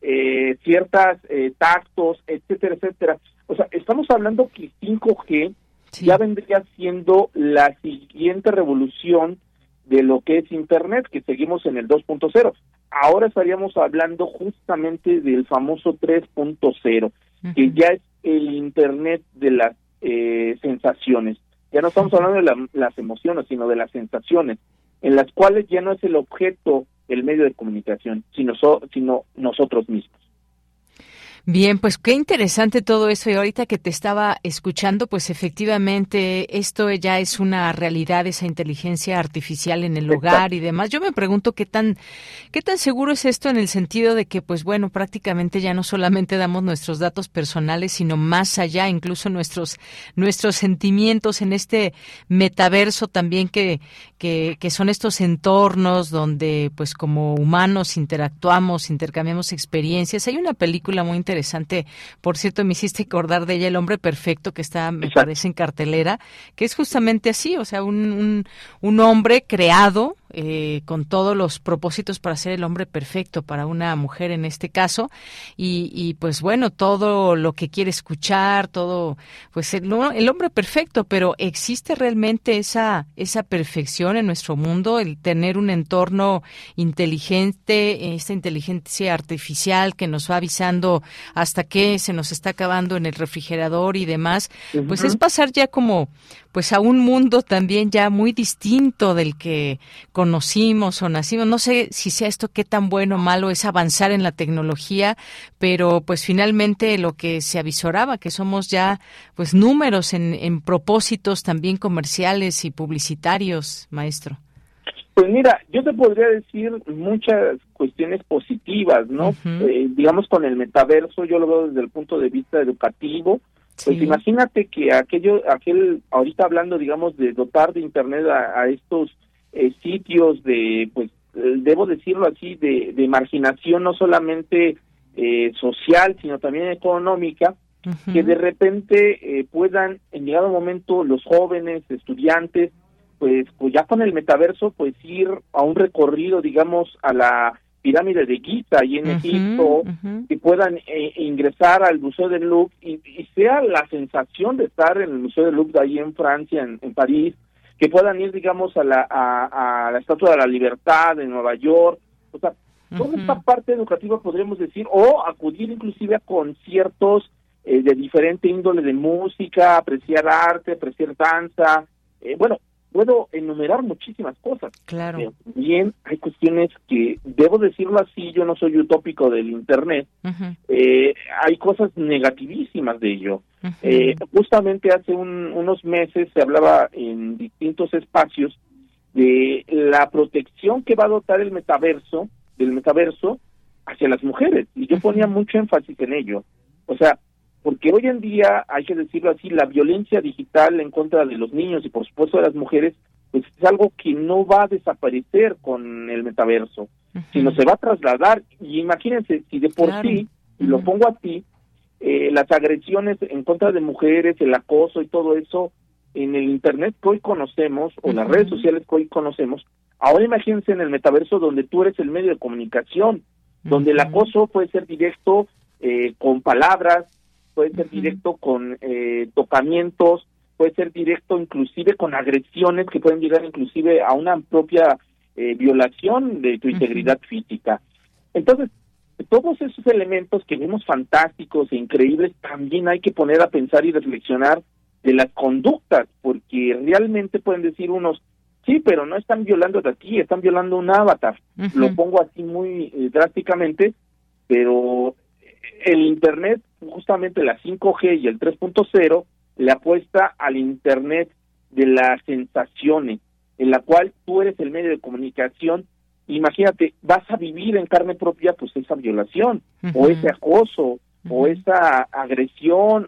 ciertas tactos, etcétera, etcétera. O sea, estamos hablando que 5G ya vendría siendo la siguiente revolución de lo que es Internet, que seguimos en el 2.0. Ahora estaríamos hablando justamente del famoso 3.0, que ya es el Internet de las sensaciones. Ya no estamos hablando de las emociones, sino de las sensaciones, en las cuales ya no es el objeto el medio de comunicación, sino nosotros mismos. Bien, pues qué interesante todo eso, y ahorita que te estaba escuchando, pues efectivamente esto ya es una realidad, esa inteligencia artificial en el hogar y demás. Yo me pregunto qué tan seguro es esto, en el sentido de que, pues bueno, prácticamente ya no solamente damos nuestros datos personales, sino más allá, incluso nuestros sentimientos en este metaverso también, que son estos entornos donde pues como humanos interactuamos, intercambiamos experiencias. Hay una película muy interesante, por cierto, me hiciste acordar de ella, El hombre perfecto, que está, me parece, en cartelera, que es justamente así, o sea, un hombre creado con todos los propósitos para ser el hombre perfecto para una mujer en este caso, y pues bueno, todo lo que quiere escuchar, todo, pues el hombre perfecto, pero ¿existe realmente esa perfección en nuestro mundo, el tener un entorno inteligente, esta inteligencia artificial que nos va avisando hasta que se nos está acabando en el refrigerador y demás? Pues es pasar ya como pues a un mundo también ya muy distinto del que conocimos o nacimos. No sé si sea esto qué tan bueno o malo es avanzar en la tecnología, pero pues finalmente lo que se avisoraba, que somos ya pues números en propósitos también comerciales y publicitarios, maestro. Pues mira, yo te podría decir muchas cuestiones positivas, ¿no? Digamos, con el metaverso yo lo veo desde el punto de vista educativo. Pues imagínate que ahorita hablando, digamos, de dotar de Internet a estos sitios de, pues, debo decirlo así, de marginación no solamente social, sino también económica, que de repente puedan, en llegado momento, los jóvenes, estudiantes, pues ya con el metaverso, pues ir a un recorrido, digamos, a la pirámide de Giza ahí en Egipto, que puedan ingresar al Museo del Louvre y sea la sensación de estar en el Museo del Louvre de ahí en Francia, en París, que puedan ir, digamos, a la Estatua de la Libertad en Nueva York. O sea, toda esta parte educativa podríamos decir, o acudir inclusive a conciertos de diferente índole de música, apreciar arte, apreciar danza. Bueno, puedo enumerar muchísimas cosas. Claro. Bien, hay cuestiones que, debo decirlo así, yo no soy utópico del Internet, hay cosas negativísimas de ello. Justamente hace unos meses se hablaba en distintos espacios de la protección que va a dotar del metaverso hacia las mujeres, y yo ponía mucho énfasis en ello. O sea, porque hoy en día, hay que decirlo así, la violencia digital en contra de los niños y por supuesto de las mujeres, pues es algo que no va a desaparecer con el metaverso, sino se va a trasladar. Y imagínense, si de por sí, y lo pongo así, las agresiones en contra de mujeres, el acoso y todo eso en el Internet que hoy conocemos, o las redes sociales que hoy conocemos, ahora imagínense en el metaverso donde tú eres el medio de comunicación, donde el acoso puede ser directo con palabras, puede ser directo con tocamientos, puede ser directo inclusive con agresiones que pueden llegar inclusive a una propia violación de tu integridad física. Entonces, todos esos elementos que vemos fantásticos e increíbles, también hay que poner a pensar y reflexionar de las conductas, porque realmente pueden decir unos, sí, pero no están violando a ti, están violando un avatar. Lo pongo así muy drásticamente, pero el Internet, justamente la 5G y el 3.0, le apuesta al Internet de las sensaciones, en la cual tú eres el medio de comunicación. Imagínate, vas a vivir en carne propia pues esa violación, o ese acoso, o esa agresión,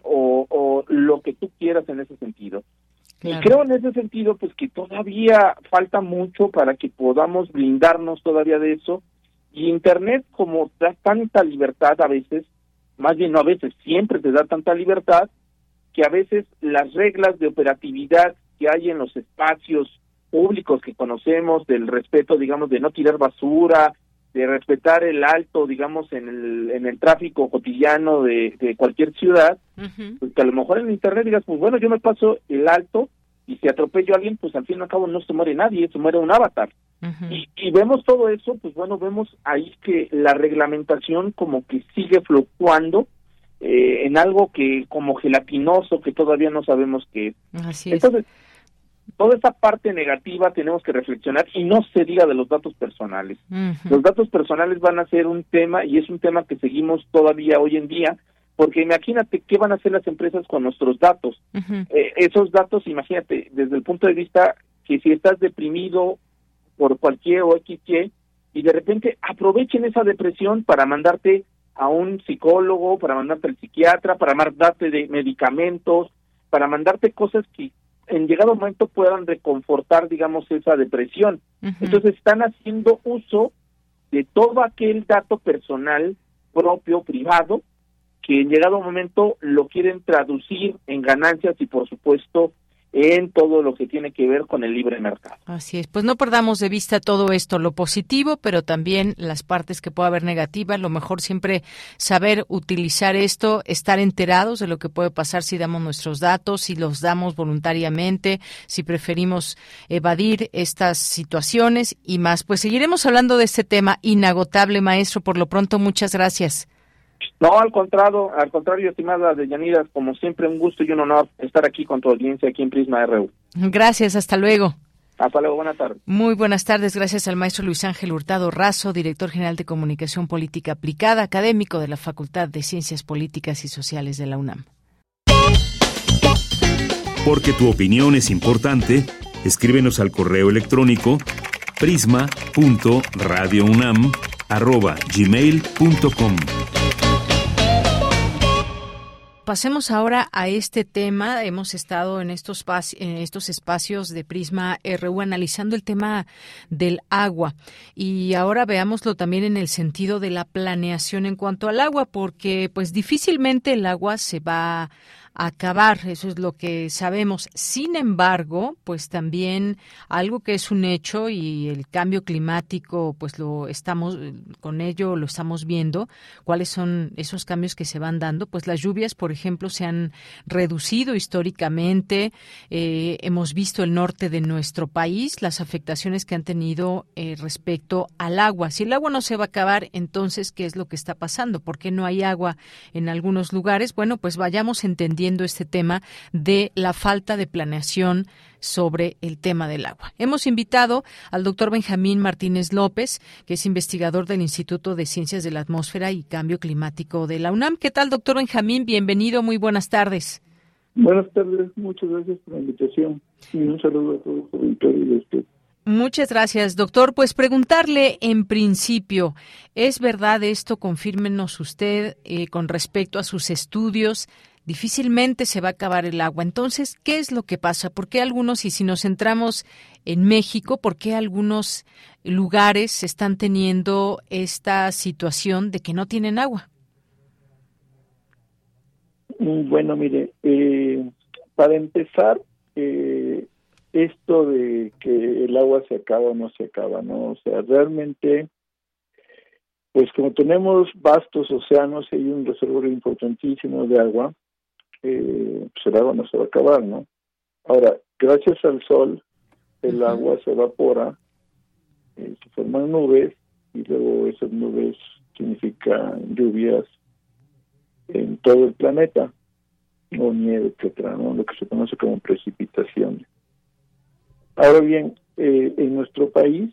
o lo que tú quieras en ese sentido. Claro. Y creo en ese sentido pues que todavía falta mucho para que podamos blindarnos todavía de eso, y Internet, como da tanta libertad a veces, más bien no a veces, siempre te da tanta libertad, que a veces las reglas de operatividad que hay en los espacios públicos que conocemos, del respeto, digamos, de no tirar basura, de respetar el alto, digamos, en el tráfico cotidiano de cualquier ciudad, pues que a lo mejor en Internet digas, pues bueno, yo me paso el alto, y si atropello a alguien, pues al fin y al cabo no se muere nadie, se muere un avatar. Y vemos todo eso, pues bueno, vemos ahí que la reglamentación como que sigue fluctuando en algo que como gelatinoso, que todavía no sabemos qué es. Así es. Entonces, toda esa parte negativa tenemos que reflexionar, y no se diga de los datos personales. Los datos personales van a ser un tema, y es un tema que seguimos todavía hoy en día, porque imagínate qué van a hacer las empresas con nuestros datos. Esos datos, imagínate, desde el punto de vista que si estás deprimido por cualquier o XY, y de repente aprovechen esa depresión para mandarte a un psicólogo, para mandarte al psiquiatra, para mandarte de medicamentos, para mandarte cosas que en llegado momento puedan reconfortar, digamos, esa depresión. Entonces están haciendo uso de todo aquel dato personal propio, privado, que en llegado momento lo quieren traducir en ganancias y por supuesto en todo lo que tiene que ver con el libre mercado. Así es, pues no perdamos de vista todo esto, lo positivo, pero también las partes que pueda haber negativas. Lo mejor siempre saber utilizar esto, estar enterados de lo que puede pasar si damos nuestros datos, si los damos voluntariamente, si preferimos evadir estas situaciones y más. Pues seguiremos hablando de este tema inagotable, maestro. Por lo pronto, muchas gracias. No, al contrario, estimada Deyanira, como siempre un gusto y un honor estar aquí con tu audiencia aquí en Prisma RU. Gracias, hasta luego. Hasta luego, buenas tardes. Muy buenas tardes, gracias al maestro Luis Ángel Hurtado Razo, director general de Comunicación Política Aplicada, académico de la Facultad de Ciencias Políticas y Sociales de la UNAM. Porque tu opinión es importante, escríbenos al correo electrónico prisma.radiounam@gmail.com. Pasemos ahora a este tema. Hemos estado en estos espacios de Prisma RU analizando el tema del agua, y ahora veámoslo también en el sentido de la planeación en cuanto al agua, porque pues difícilmente el agua se va acabar, eso es lo que sabemos. Sin embargo, pues también algo que es un hecho, y el cambio climático, pues lo estamos viendo, cuáles son esos cambios que se van dando. Pues las lluvias, por ejemplo, se han reducido históricamente. Hemos visto el norte de nuestro país, las afectaciones que han tenido respecto al agua. Si el agua no se va a acabar, entonces, ¿qué es lo que está pasando? ¿Por qué no hay agua en algunos lugares? Bueno, pues vayamos entendiendo atendiendo este tema de la falta de planeación sobre el tema del agua. Hemos invitado al doctor Benjamín Martínez López, que es investigador del Instituto de Ciencias de la Atmósfera y Cambio Climático de la UNAM. ¿Qué tal, doctor Benjamín? Bienvenido, muy buenas tardes. Buenas tardes, muchas gracias por la invitación y un saludo a todos los auditores de usted. Muchas gracias, doctor. Pues preguntarle en principio, ¿es verdad esto? Confírmenos usted con respecto a sus estudios. Difícilmente se va a acabar el agua. Entonces, ¿qué es lo que pasa? ¿Por qué algunos, y si nos centramos en México, por qué algunos lugares están teniendo esta situación de que no tienen agua? Bueno, mire, para empezar, esto de que el agua se acaba o no se acaba, ¿no? O sea, realmente, pues como tenemos vastos océanos y hay un reservorio importantísimo de agua, pues el agua no se va a acabar, ¿no? Ahora, gracias al sol, el agua se evapora, se forman nubes, y luego esas nubes significan lluvias en todo el planeta, o nieve, etcétera, ¿no? Lo que se conoce como precipitaciones. Ahora bien, en nuestro país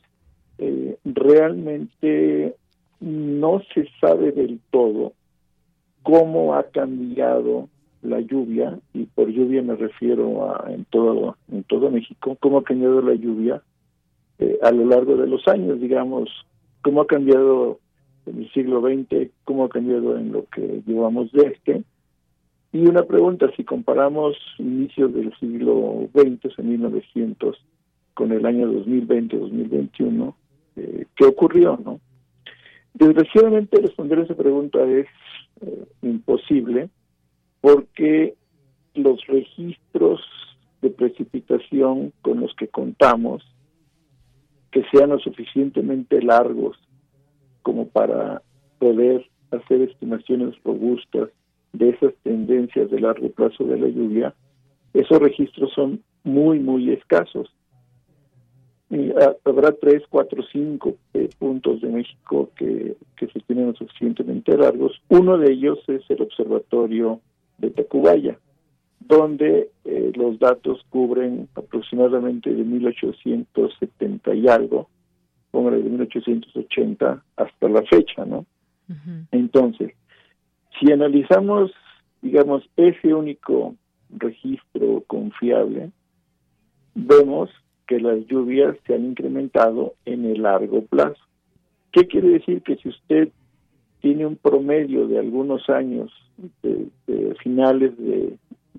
realmente no se sabe del todo cómo ha cambiado la lluvia, y por lluvia me refiero a en todo México, cómo ha cambiado la lluvia a lo largo de los años, digamos, cómo ha cambiado en el siglo XX, cómo ha cambiado en lo que llevamos de este. Y una pregunta, si comparamos inicios del siglo XX, en 1900, con el año 2020-2021, ¿qué ocurrió, no? Desgraciadamente responder a esa pregunta es imposible, porque los registros de precipitación con los que contamos, que sean lo suficientemente largos como para poder hacer estimaciones robustas de esas tendencias de largo plazo de la lluvia, esos registros son muy, muy escasos. Y habrá 3, 4, 5 puntos de México que se tienen lo suficientemente largos. Uno de ellos es el observatorio de Tacubaya, donde los datos cubren aproximadamente de 1870 y algo, póngale de 1880 hasta la fecha, ¿no? Uh-huh. Entonces, si analizamos, digamos, ese único registro confiable, vemos que las lluvias se han incrementado en el largo plazo. ¿Qué quiere decir? Que si usted tiene un promedio de algunos años, de finales de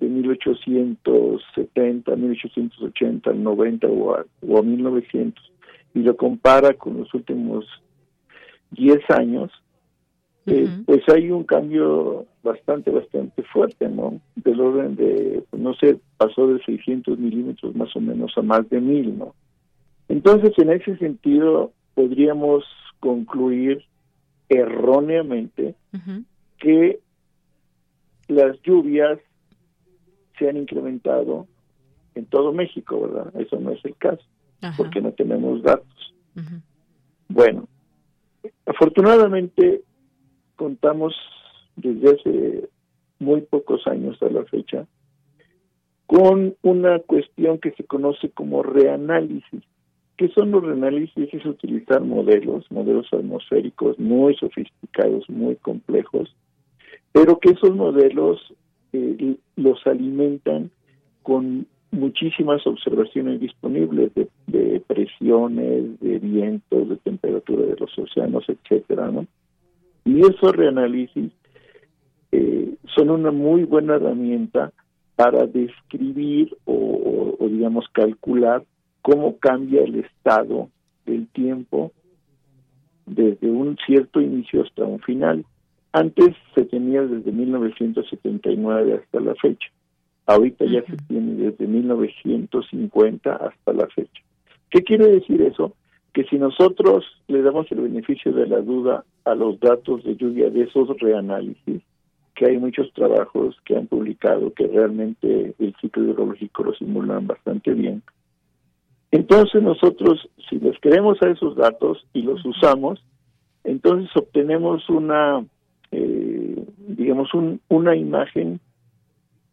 1870, 1880, 90 o a 1900, y lo compara con los últimos 10 años, pues hay un cambio bastante fuerte, ¿no? Del orden de, no sé, pasó de 600 milímetros más o menos a más de 1000, ¿no? Entonces, en ese sentido, podríamos concluir erróneamente que las lluvias se han incrementado en todo México, ¿verdad? Eso no es el caso, porque no tenemos datos. Bueno, afortunadamente contamos desde hace muy pocos años a la fecha con una cuestión que se conoce como reanálisis. ¿Qué son los reanálisis? Es utilizar modelos atmosféricos muy sofisticados, muy complejos, pero que esos modelos los alimentan con muchísimas observaciones disponibles de presiones, de vientos, de temperatura de los océanos, etcétera, ¿no? Y esos reanálisis son una muy buena herramienta para describir o digamos calcular cómo cambia el estado del tiempo desde un cierto inicio hasta un final. Antes se tenía desde 1979 hasta la fecha. Ahorita ya se tiene desde 1950 hasta la fecha. ¿Qué quiere decir eso? Que si nosotros le damos el beneficio de la duda a los datos de lluvia de esos reanálisis, que hay muchos trabajos que han publicado que realmente el ciclo hidrológico lo simulan bastante bien, entonces nosotros, si les queremos a esos datos y los usamos, entonces obtenemos una, una imagen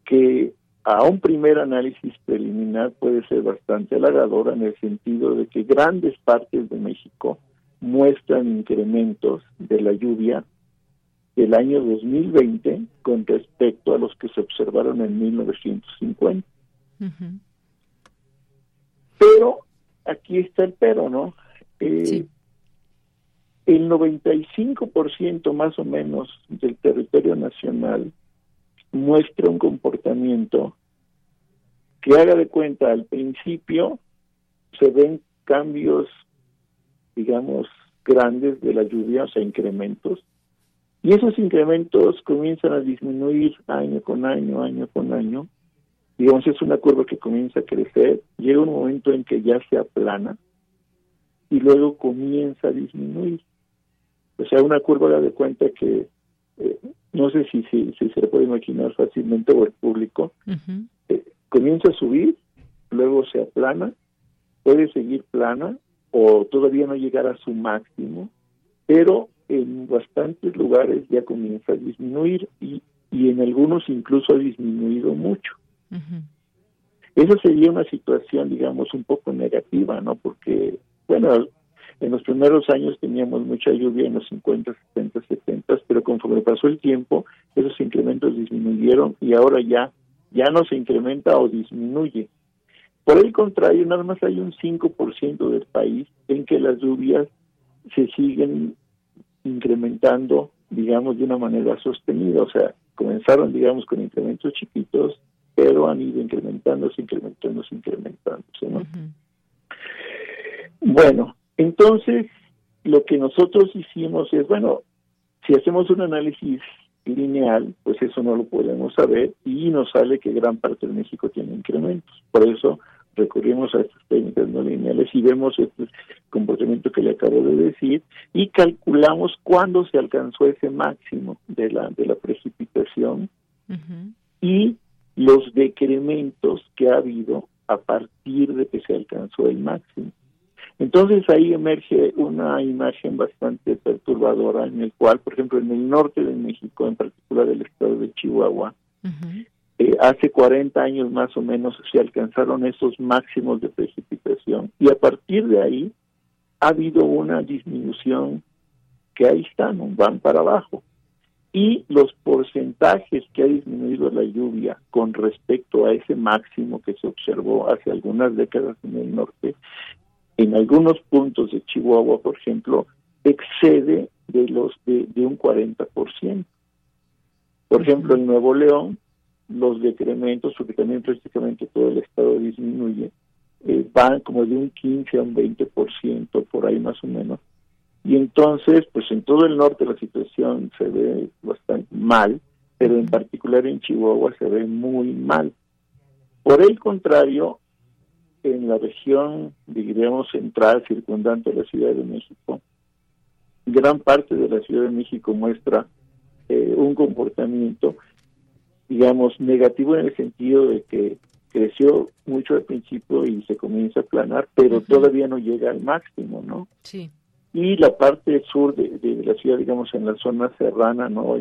que a un primer análisis preliminar puede ser bastante halagadora, en el sentido de que grandes partes de México muestran incrementos de la lluvia del año 2020 con respecto a los que se observaron en 1950. Uh-huh. Pero aquí está el pero, ¿no? Sí. El 95% más o menos del territorio nacional muestra un comportamiento que, haga de cuenta, al principio se ven cambios, digamos, grandes de la lluvia, o sea, incrementos, y esos incrementos comienzan a disminuir año con año, digamos, es una curva que comienza a crecer, llega un momento en que ya se aplana, y luego comienza a disminuir. O sea, una curva de cuenta que no sé si se puede imaginar fácilmente, o el público, comienza a subir, luego se aplana, puede seguir plana, o todavía no llegar a su máximo, pero en bastantes lugares ya comienza a disminuir, y en algunos incluso ha disminuido mucho. Uh-huh. Esa sería una situación, digamos, un poco negativa, ¿no? Porque, bueno, en los primeros años teníamos mucha lluvia en los 50, 60, 70, pero conforme pasó el tiempo, esos incrementos disminuyeron y ahora ya no se incrementa o disminuye. Por el contrario, nada más hay un 5% del país en que las lluvias se siguen incrementando, digamos, de una manera sostenida. O sea, comenzaron, digamos, con incrementos chiquitos, pero han ido incrementándose, ¿no? Uh-huh. Bueno, entonces, lo que nosotros hicimos es, bueno, si hacemos un análisis lineal, pues eso no lo podemos saber, y nos sale que gran parte de México tiene incrementos. Por eso recurrimos a estas técnicas no lineales y vemos este comportamiento que le acabo de decir, y calculamos cuándo se alcanzó ese máximo de la precipitación, uh-huh, y los decrementos que ha habido a partir de que se alcanzó el máximo. Entonces ahí emerge una imagen bastante perturbadora, en el cual, por ejemplo, en el norte de México, en particular el estado de Chihuahua, uh-huh, hace 40 años más o menos se alcanzaron esos máximos de precipitación, y a partir de ahí ha habido una disminución que ahí están, van para abajo. Y los porcentajes que ha disminuido la lluvia con respecto a ese máximo que se observó hace algunas décadas en el norte, en algunos puntos de Chihuahua, por ejemplo, excede de un 40%. Por ejemplo, en Nuevo León, los decrementos, porque también prácticamente todo el estado disminuye, van como de un 15 a un 20%, por ahí más o menos. Y entonces, pues en todo el norte la situación se ve bastante mal, pero en particular en Chihuahua se ve muy mal. Por el contrario, en la región, diríamos, central, circundante a la Ciudad de México, gran parte de la Ciudad de México muestra un comportamiento, digamos, negativo, en el sentido de que creció mucho al principio y se comienza a aplanar, pero uh-huh, todavía no llega al máximo, ¿no? Sí. Y la parte sur de la ciudad, digamos, en la zona serrana, ¿no?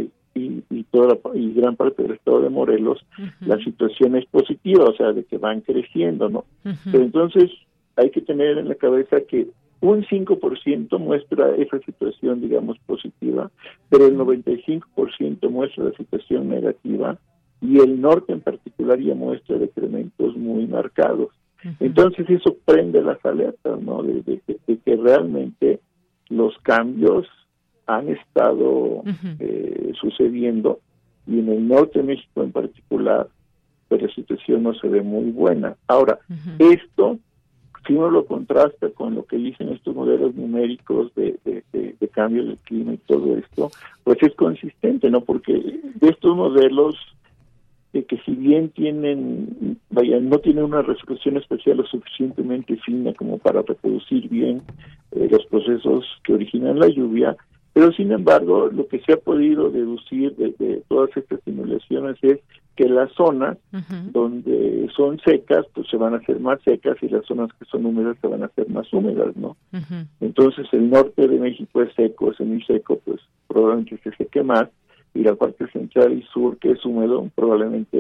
Y gran parte del estado de Morelos, uh-huh, la situación es positiva, o sea, de que van creciendo, ¿no? Uh-huh. Pero entonces hay que tener en la cabeza que un 5% muestra esa situación, digamos, positiva, pero el 95% muestra la situación negativa, y el norte en particular ya muestra decrementos muy marcados. Uh-huh. Entonces eso prende las alertas, ¿no? De que realmente los cambios han estado uh-huh, sucediendo, y en el norte de México en particular, pues la situación no se ve muy buena. Ahora, uh-huh, esto, si uno lo contrasta con lo que dicen estos modelos numéricos de cambio del clima y todo esto, pues es consistente, ¿no? Porque estos modelos, que si bien tienen, no tienen una resolución espacial lo suficientemente fina como para reproducir bien los procesos que originan la lluvia, pero sin embargo lo que se ha podido deducir de todas estas simulaciones es que las zonas uh-huh, donde son secas, pues se van a hacer más secas, y las zonas que son húmedas se van a hacer más húmedas, ¿no? Uh-huh. Entonces el norte de México es seco, semiseco, pues probablemente se seque más, y la parte central y sur, que es húmedo, probablemente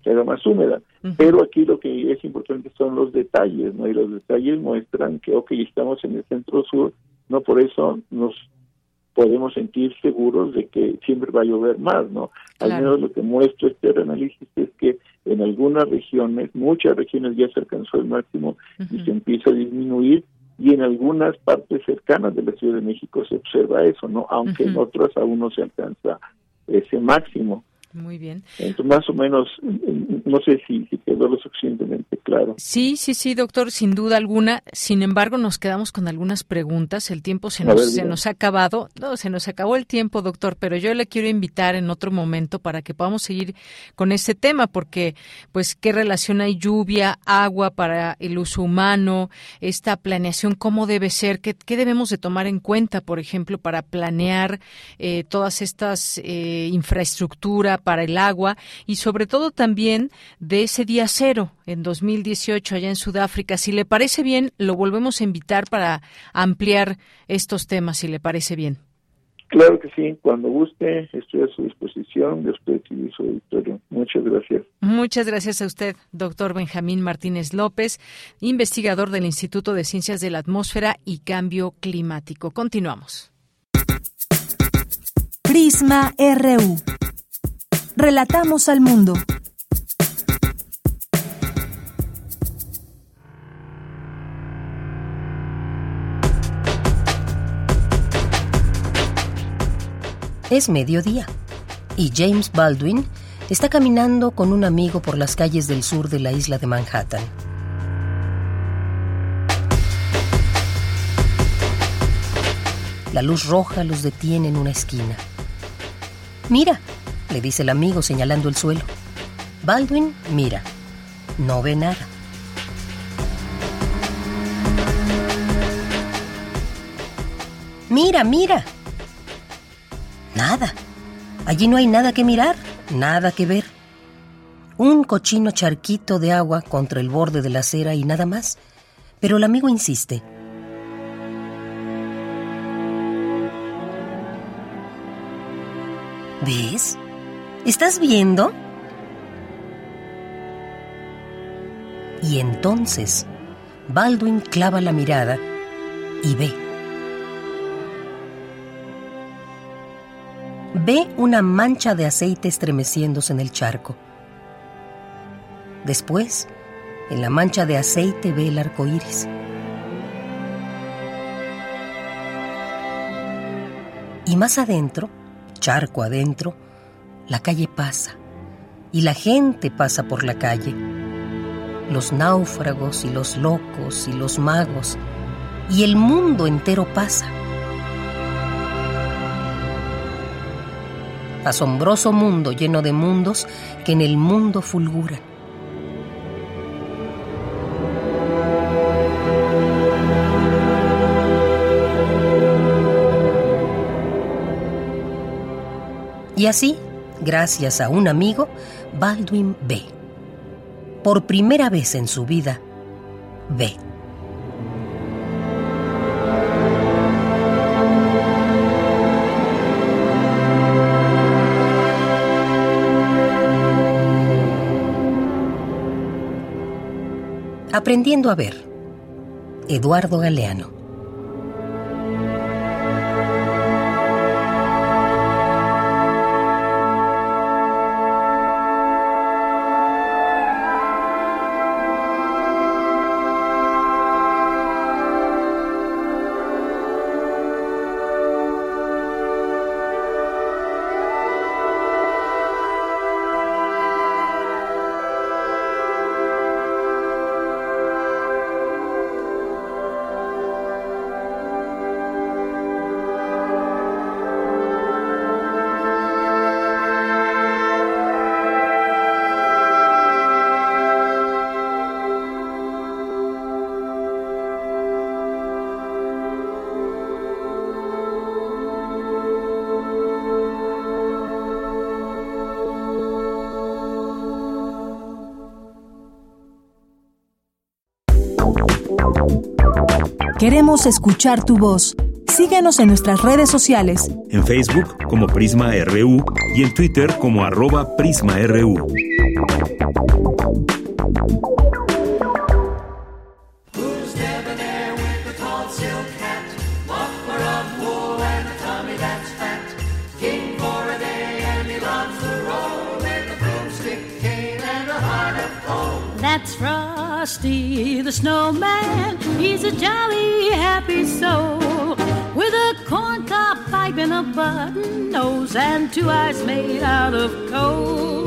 más húmeda. Pero aquí lo que es importante son los detalles, ¿no? Y los detalles muestran que, estamos en el centro-sur, no por eso nos podemos sentir seguros de que siempre va a llover más, ¿no? Claro. Al menos lo que muestra este análisis es que en algunas regiones, muchas regiones ya se alcanzó el máximo y se empieza a disminuir, y en algunas partes cercanas de la Ciudad de México se observa eso, ¿no? Aunque en otras aún no se alcanza ese máximo. Muy bien. Entonces, más o menos, no sé si quedó lo suficientemente claro. Sí, doctor, sin duda alguna. Sin embargo, nos quedamos con algunas preguntas. El tiempo se nos ha acabado. No, se nos acabó el tiempo, doctor, pero yo le quiero invitar en otro momento para que podamos seguir con este tema, porque, pues, ¿qué relación hay lluvia, agua para el uso humano? Esta planeación, ¿cómo debe ser? ¿Qué debemos de tomar en cuenta, por ejemplo, para planear todas estas infraestructuras para el agua, y sobre todo también de ese día cero en 2018 allá en Sudáfrica? Si le parece bien, lo volvemos a invitar para ampliar estos temas, si le parece bien. Claro que sí, cuando guste, estoy a su disposición, de usted y su auditorio. Muchas gracias. Muchas gracias a usted, doctor Benjamín Martínez López, investigador del Instituto de Ciencias de la Atmósfera y Cambio Climático. Continuamos. Prisma RU. Relatamos al mundo. Es mediodía y James Baldwin está caminando con un amigo por las calles del sur de la isla de Manhattan. La luz roja los detiene en una esquina. «Mira», le dice el amigo señalando el suelo. Baldwin mira. No ve nada. «Mira, mira». Nada. Allí no hay nada que mirar, nada que ver. Un cochino charquito de agua contra el borde de la acera y nada más. Pero el amigo insiste. ¿Ves? ¿Estás viendo? Y entonces, Baldwin clava la mirada y ve. Ve una mancha de aceite estremeciéndose en el charco. Después, en la mancha de aceite ve el arco iris. Y más adentro, charco adentro, la calle pasa, y la gente pasa por la calle. Los náufragos y los locos y los magos, y el mundo entero pasa. Asombroso mundo lleno de mundos que en el mundo fulguran. Y así, gracias a un amigo, Baldwin ve. Por primera vez en su vida, ve. Aprendiendo a ver. Eduardo Galeano. Queremos escuchar tu voz. Síguenos en nuestras redes sociales. En Facebook como Prisma RU y en Twitter como @PrismaRU. That's Frosty the Snowman. He's a jolly, happy soul with a corncob pipe and a button nose and 2 eyes made out of coal.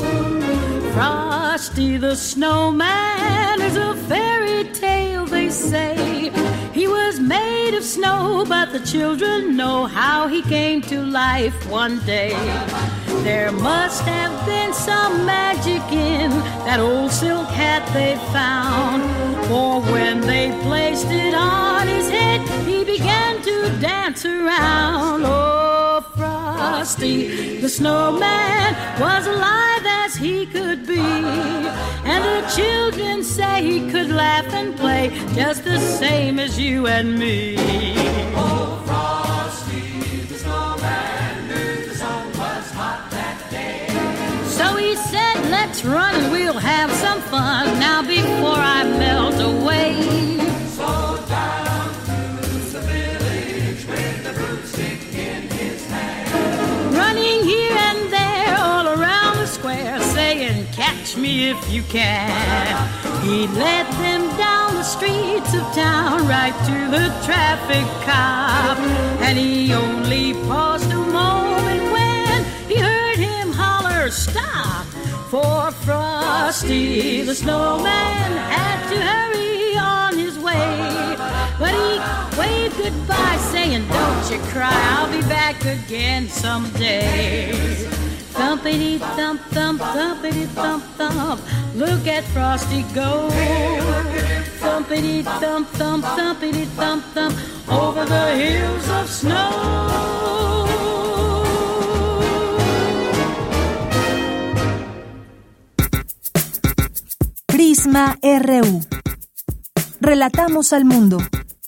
Frosty the Snowman is a fairy tale, they say. He was made of snow, but the children know how he came to life one day. There must have been some magic in that old silk hat they found, for when they placed it on his head, he began to dance around. Oh, Frosty the Snowman was alive as he could be, and the children say he could laugh and play just the same as you and me. Oh, Frosty the Snowman knew the sun was hot that day. So he said, let's run and we'll have some fun now before I melt away. So down through the village with the broomstick in his hand, running here and there all around the square, saying, catch me if you can. He led them down the streets of town right to the traffic cop, and he only paused a moment when he heard him holler, stop! For Frosty the Snowman had to hurry on his way, but he waved goodbye saying, don't you cry, I'll be back again someday. Thumpity thump thump, thumpity thump thump, look at Frosty go. Thumpity thump thump, thumpity thump thump, over the hills of snow. Prisma RU. Relatamos al mundo.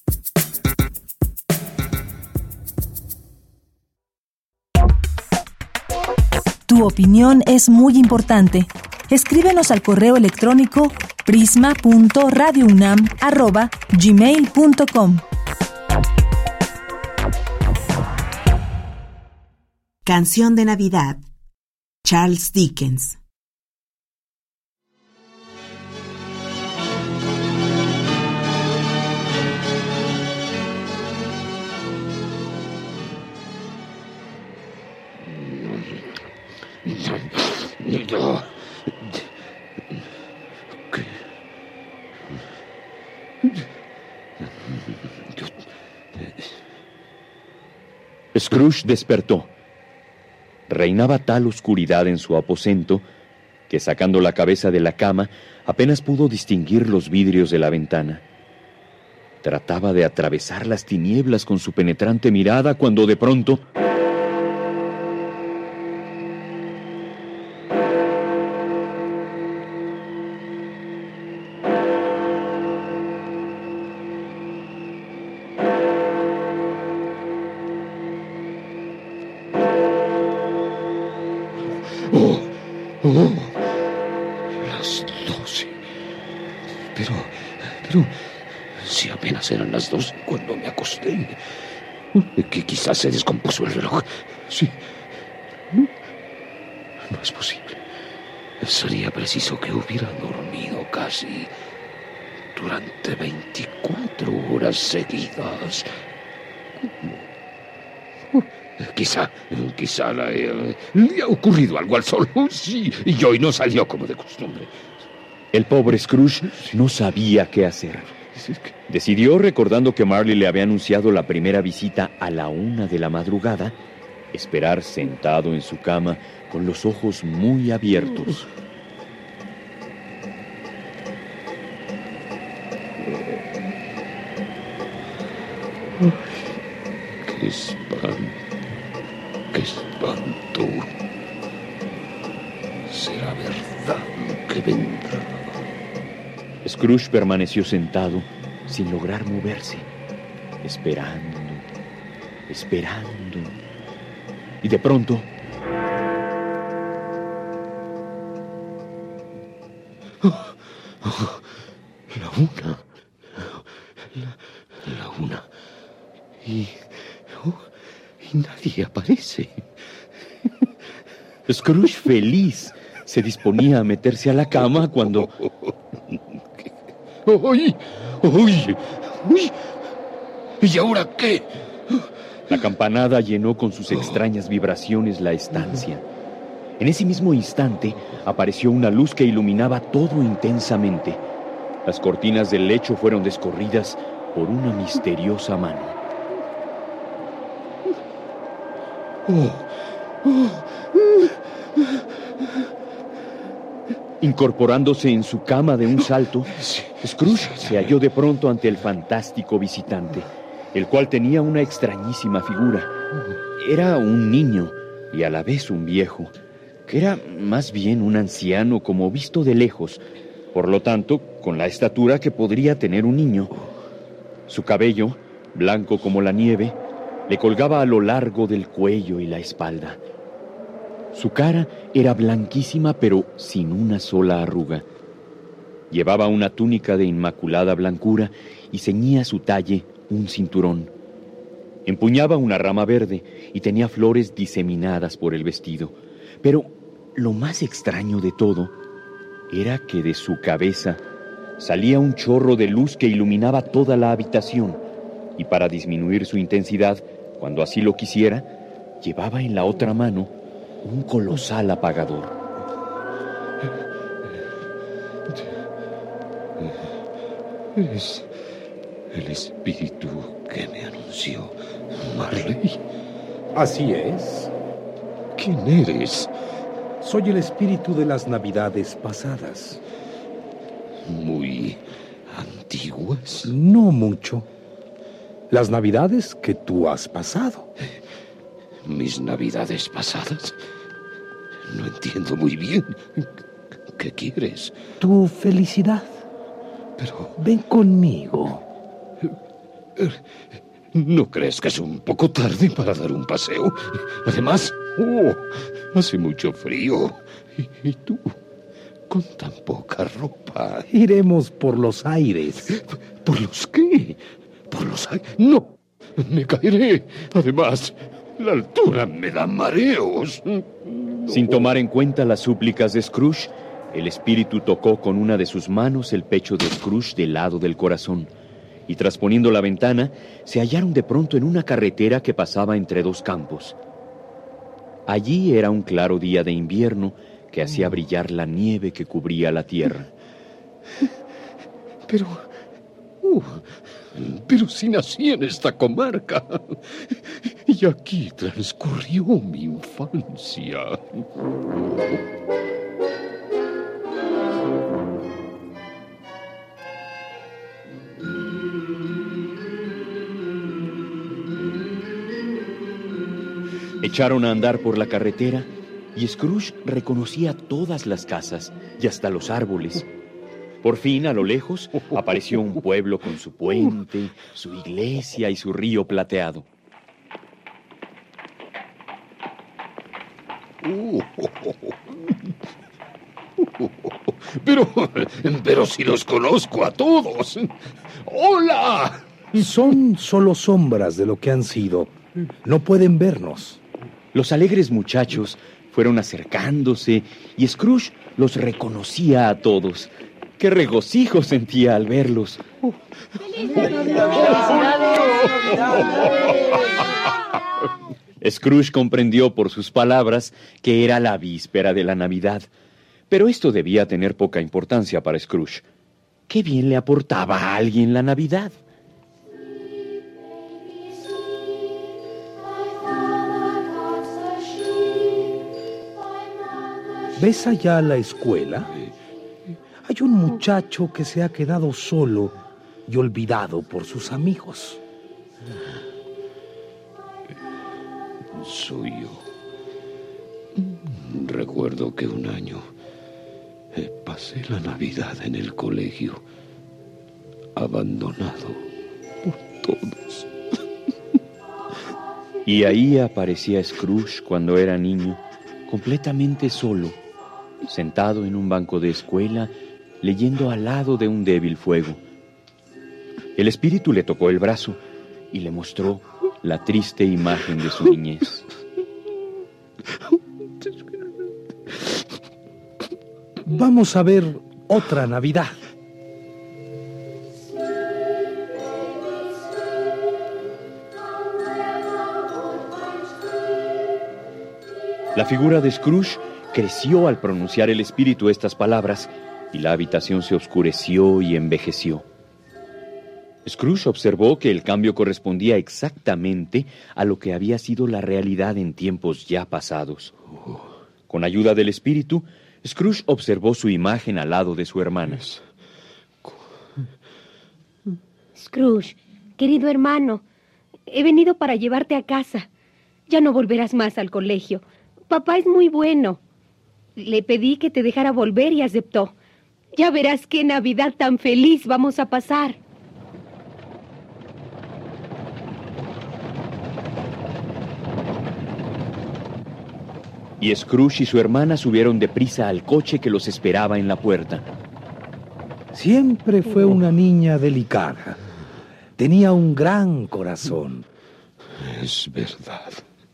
Tu opinión es muy importante. Escríbenos al correo electrónico prisma.radiounam@gmail.com. Canción de Navidad. Charles Dickens. Scrooge despertó. Reinaba tal oscuridad en su aposento que, sacando la cabeza de la cama, apenas pudo distinguir los vidrios de la ventana. Trataba de atravesar las tinieblas con su penetrante mirada cuando de pronto... Las 12. Pero, si apenas eran las 12 cuando me acosté. Que quizás se descompuso el reloj. Sí. No es posible. Sería preciso que hubiera dormido casi durante 24 horas seguidas. Quizá le ha ocurrido algo al sol. Sí, y hoy no salió como de costumbre. El pobre Scrooge no sabía qué hacer. Decidió, recordando que Marley le había anunciado la primera visita a la 1 de la madrugada, esperar sentado en su cama con los ojos muy abiertos. ¡Qué espanto! ¡Qué espanto! ¿Será verdad que vendrá? Scrooge permaneció sentado sin lograr moverse, esperando esperando. Y de pronto... La una. La una. Y nadie aparece. Scrooge, feliz, se disponía a meterse a la cama cuando... ¡Uy! ¡Uy! ¡Uy! ¿Y ahora qué? La campanada llenó con sus extrañas vibraciones la estancia. En ese mismo instante apareció una luz que iluminaba todo intensamente. Las cortinas del lecho fueron descorridas por una misteriosa mano. Incorporándose en su cama de un salto, Scrooge se halló de pronto ante el fantástico visitante, el cual tenía una extrañísima figura. Era un niño y a la vez un viejo, que era más bien un anciano como visto de lejos, por lo tanto, con la estatura que podría tener un niño. Su cabello, blanco como la nieve, le colgaba a lo largo del cuello y la espalda. Su cara era blanquísima, pero sin una sola arruga. Llevaba una túnica de inmaculada blancura y ceñía su talle un cinturón. Empuñaba una rama verde y tenía flores diseminadas por el vestido. Pero lo más extraño de todo era que de su cabeza salía un chorro de luz que iluminaba toda la habitación, y para disminuir su intensidad, cuando así lo quisiera, llevaba en la otra mano un colosal apagador. Eres el espíritu que me anunció Marley. Así es. ¿Quién eres? Soy el espíritu de las navidades pasadas. ¿Muy antiguas? No mucho. Las navidades que tú has pasado. ¿Mis navidades pasadas? No entiendo muy bien. ¿Qué quieres? Tu felicidad. Pero... Ven conmigo. ¿No crees que es un poco tarde para dar un paseo? Además, hace mucho frío. ¿Y tú? Con tan poca ropa. Iremos por los aires. ¿Por los qué? ¿Por los aires? No, me caeré. Además, la altura me da mareos. No. Sin tomar en cuenta las súplicas de Scrooge, el espíritu tocó con una de sus manos el pecho de Scrooge del lado del corazón, y trasponiendo la ventana, se hallaron de pronto en una carretera que pasaba entre dos campos. Allí era un claro día de invierno que hacía brillar la nieve que cubría la tierra. Pero si nací en esta comarca, y aquí transcurrió mi infancia. Echaron a andar por la carretera y Scrooge reconocía todas las casas y hasta los árboles. Por fin, a lo lejos, apareció un pueblo con su puente, su iglesia y su río plateado. Pero si los conozco a todos. ¡Hola! Son solo sombras de lo que han sido. No pueden vernos. Los alegres muchachos fueron acercándose y Scrooge los reconocía a todos. ¡Qué regocijo sentía al verlos! Scrooge comprendió por sus palabras que era la víspera de la Navidad. Pero esto debía tener poca importancia para Scrooge. ¿Qué bien le aportaba a alguien la Navidad? ¿Ves allá la escuela? Hay un muchacho que se ha quedado solo y olvidado por sus amigos. Soy yo. Recuerdo que un año pasé la Navidad en el colegio, abandonado por todos. Y ahí aparecía Scrooge cuando era niño, completamente solo, sentado en un banco de escuela, leyendo al lado de un débil fuego. El espíritu le tocó el brazo y le mostró la triste imagen de su niñez. Vamos a ver otra Navidad. La figura de Scrooge creció al pronunciar el espíritu estas palabras y la habitación se oscureció y envejeció. Scrooge observó que el cambio correspondía exactamente a lo que había sido la realidad en tiempos ya pasados. Con ayuda del espíritu, Scrooge observó su imagen al lado de su hermana. Scrooge, querido hermano, he venido para llevarte a casa. Ya no volverás más al colegio. Papá es muy bueno. Le pedí que te dejara volver y aceptó. Ya verás qué Navidad tan feliz vamos a pasar. Y Scrooge y su hermana subieron deprisa al coche que los esperaba en la puerta. Siempre fue una niña delicada. Tenía un gran corazón. Es verdad.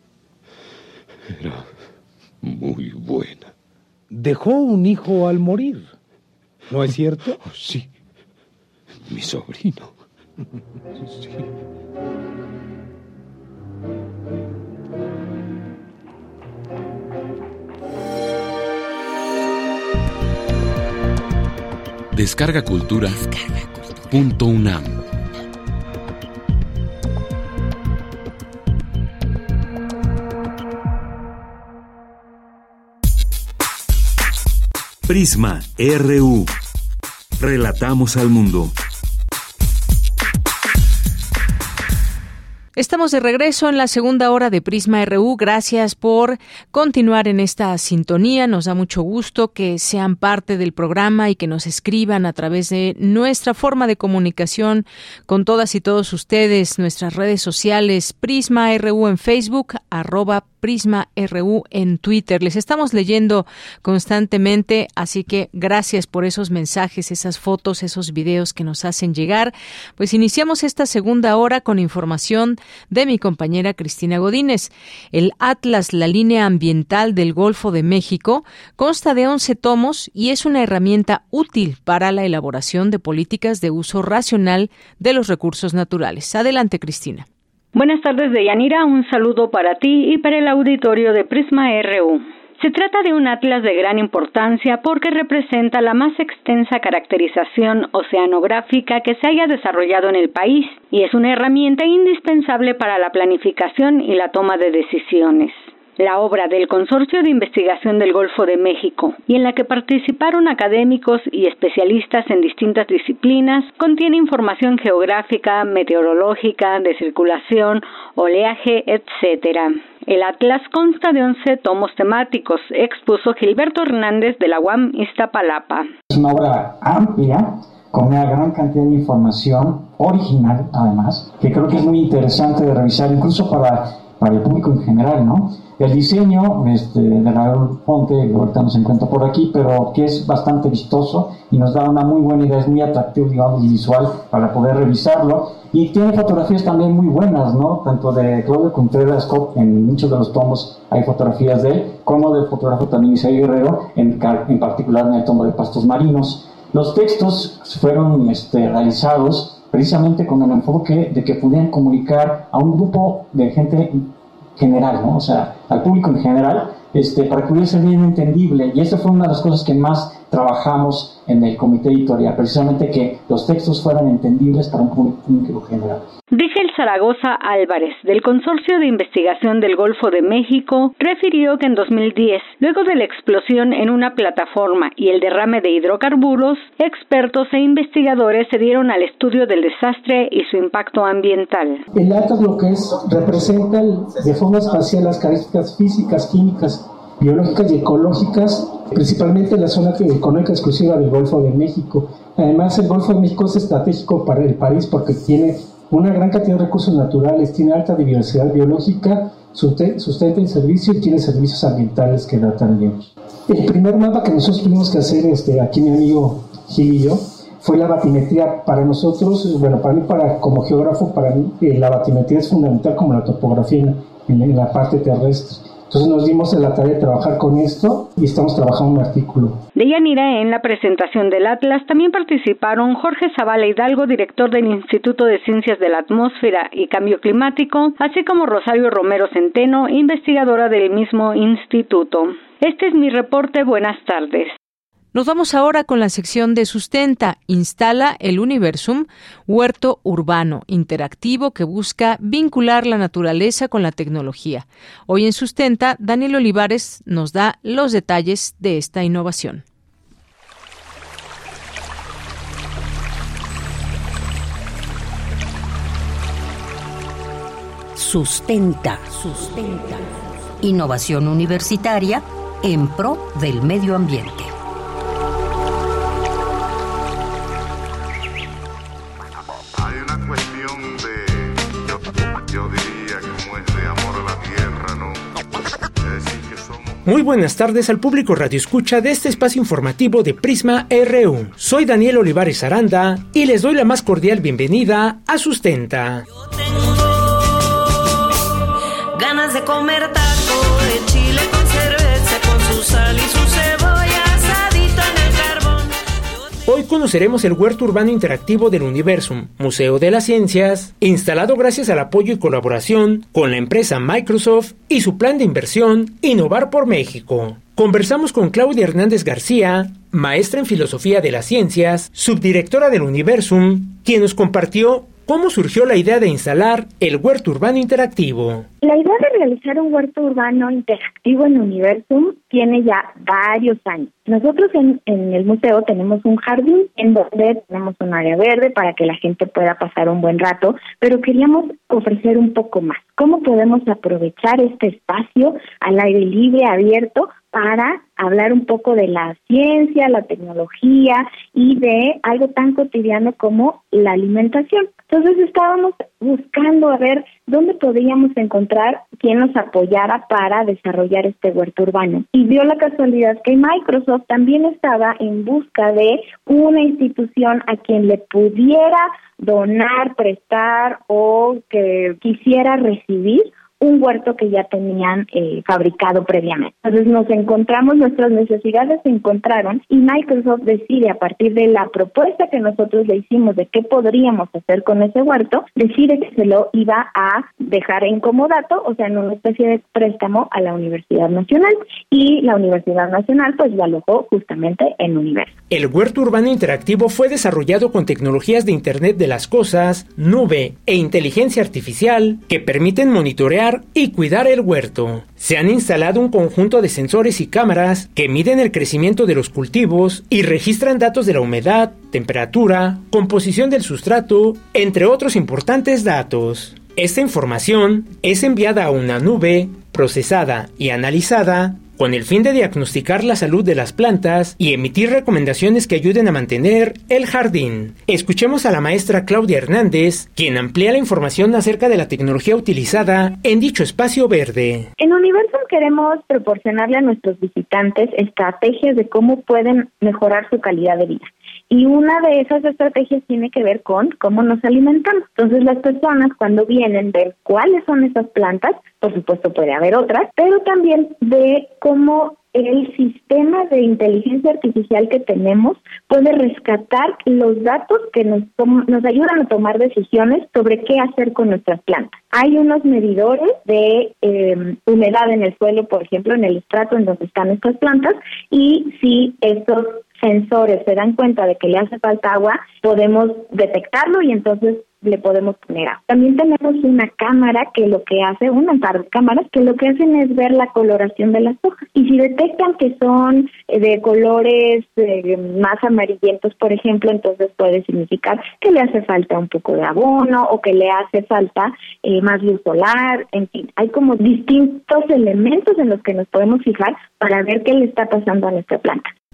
Era muy buena. Dejó un hijo al morir, ¿no es cierto? Sí, mi sobrino. Sí. Descarga Cultura. .unam. Prisma RU. Relatamos al mundo. Estamos de regreso en la segunda hora de Prisma RU. Gracias por continuar en esta sintonía. Nos da mucho gusto que sean parte del programa y que nos escriban a través de nuestra forma de comunicación con todas y todos ustedes, nuestras redes sociales, Prisma RU en Facebook, @Prisma RU en Twitter. Les estamos leyendo constantemente, así que gracias por esos mensajes, esas fotos, esos videos que nos hacen llegar. Pues iniciamos esta segunda hora con información de mi compañera Cristina Godínez. El Atlas, la línea ambiental del Golfo de México, consta de 11 tomos y es una herramienta útil para la elaboración de políticas de uso racional de los recursos naturales. Adelante, Cristina. Buenas tardes, Deyanira. Un saludo para ti y para el auditorio de Prisma RU. Se trata de un atlas de gran importancia porque representa la más extensa caracterización oceanográfica que se haya desarrollado en el país y es una herramienta indispensable para la planificación y la toma de decisiones. La obra del Consorcio de Investigación del Golfo de México, y en la que participaron académicos y especialistas en distintas disciplinas, contiene información geográfica, meteorológica, de circulación, oleaje, etc. El atlas consta de 11 tomos temáticos, expuso Gilberto Hernández de la UAM Iztapalapa. Es una obra amplia, con una gran cantidad de información original, además, que creo que es muy interesante de revisar, incluso para el público en general, ¿no? El diseño de Raúl Ponte, que ahorita no se encuentra por aquí, pero que es bastante vistoso y nos da una muy buena idea, es muy atractivo, digamos, y visual para poder revisarlo. Y tiene fotografías también muy buenas, ¿no? Tanto de Claudio Contreras, en muchos de los tomos hay fotografías de él, como del fotógrafo también Isaí Guerrero, en particular en el tomo de Pastos Marinos. Los textos fueron realizados precisamente con el enfoque de que pudieran comunicar a un grupo de gente general, ¿no? O sea, al público en general, para que pudiera ser bien entendible. Y esta fue una de las cosas que más trabajamos en el comité editorial, precisamente que los textos fueran entendibles para un público general. Dice el Zaragoza Álvarez, del Consorcio de Investigación del Golfo de México, refirió que en 2010, luego de la explosión en una plataforma y el derrame de hidrocarburos, expertos e investigadores se dieron al estudio del desastre y su impacto ambiental. El atlas lo que representa de forma espacial las características físicas, químicas, biológicas y ecológicas, principalmente en la zona económica exclusiva del Golfo de México. Además, el Golfo de México es estratégico para el país porque tiene una gran cantidad de recursos naturales, tiene alta diversidad biológica, sustenta el servicio y tiene servicios ambientales que da también. El primer mapa que nosotros tuvimos que hacer, aquí mi amigo Gil y yo, fue la batimetría. Para nosotros, bueno, para mí, como geógrafo, para mí la batimetría es fundamental como la topografía en la parte terrestre. Entonces nos dimos la tarea de trabajar con esto y estamos trabajando un artículo. Deyanira, en la presentación del Atlas también participaron Jorge Zavala Hidalgo, director del Instituto de Ciencias de la Atmósfera y Cambio Climático, así como Rosario Romero Centeno, investigadora del mismo instituto. Este es mi reporte. Buenas tardes. Nos vamos ahora con la sección de Sustenta. Instala el Universum, huerto urbano interactivo que busca vincular la naturaleza con la tecnología. Hoy en Sustenta, Daniel Olivares nos da los detalles de esta innovación. Sustenta. Innovación universitaria en pro del medio ambiente. Muy buenas tardes al público radioescucha de este espacio informativo de Prisma RU. Soy Daniel Olivares Aranda y les doy la más cordial bienvenida a Sustenta. Yo tengo ganas de comer taco de chile con cerveza, con su sal y su cebolla asadito en el carbón. Hoy conoceremos el huerto urbano interactivo del Universum, Museo de las Ciencias, instalado gracias al apoyo y colaboración con la empresa Microsoft y su plan de inversión Innovar por México. Conversamos con Claudia Hernández García, maestra en Filosofía de las Ciencias, subdirectora del Universum, quien nos compartió cómo surgió la idea de instalar el huerto urbano interactivo. La idea de realizar un huerto urbano interactivo en Universum tiene ya varios años. Nosotros en el museo tenemos un jardín en donde tenemos un área verde para que la gente pueda pasar un buen rato, pero queríamos ofrecer un poco más. ¿Cómo podemos aprovechar este espacio al aire libre, abierto, para hablar un poco de la ciencia, la tecnología y de algo tan cotidiano como la alimentación? Entonces estábamos buscando a ver dónde podríamos encontrar quien nos apoyara para desarrollar este huerto urbano. Y dio la casualidad que Microsoft también estaba en busca de una institución a quien le pudiera donar, prestar o que quisiera recibir un huerto que ya tenían fabricado previamente. Entonces nos encontramos, nuestras necesidades se encontraron y Microsoft decide, a partir de la propuesta que nosotros le hicimos de qué podríamos hacer con ese huerto, decide que se lo iba a dejar en comodato, o sea, en una especie de préstamo a la Universidad Nacional, y la Universidad Nacional pues lo alojó justamente en Universum. El huerto urbano interactivo fue desarrollado con tecnologías de Internet de las Cosas, nube e inteligencia artificial que permiten monitorear y cuidar el huerto. Se han instalado un conjunto de sensores y cámaras que miden el crecimiento de los cultivos y registran datos de la humedad, temperatura, composición del sustrato, entre otros importantes datos. Esta información es enviada a una nube, procesada y analizada con el fin de diagnosticar la salud de las plantas y emitir recomendaciones que ayuden a mantener el jardín. Escuchemos a la maestra Claudia Hernández, quien amplía la información acerca de la tecnología utilizada en dicho espacio verde. En Universum queremos proporcionarle a nuestros visitantes estrategias de cómo pueden mejorar su calidad de vida. Y una de esas estrategias tiene que ver con cómo nos alimentamos. Entonces las personas cuando vienen ven cuáles son esas plantas, por supuesto puede haber otras, pero también de cómo el sistema de inteligencia artificial que tenemos puede rescatar los datos que nos ayudan a tomar decisiones sobre qué hacer con nuestras plantas. Hay unos medidores de humedad en el suelo, por ejemplo, en el estrato en donde están estas plantas, y si estos sensores se dan cuenta de que le hace falta agua, podemos detectarlo y entonces le podemos poner agua. También tenemos una cámara que lo que hace, un par de cámaras que lo que hacen es ver la coloración de las hojas. Y si detectan que son de colores más amarillentos, por ejemplo, entonces puede significar que le hace falta un poco de abono o que le hace falta más luz solar. En fin, hay como distintos elementos en los que nos podemos fijar para ver qué le está pasando a nuestra planta.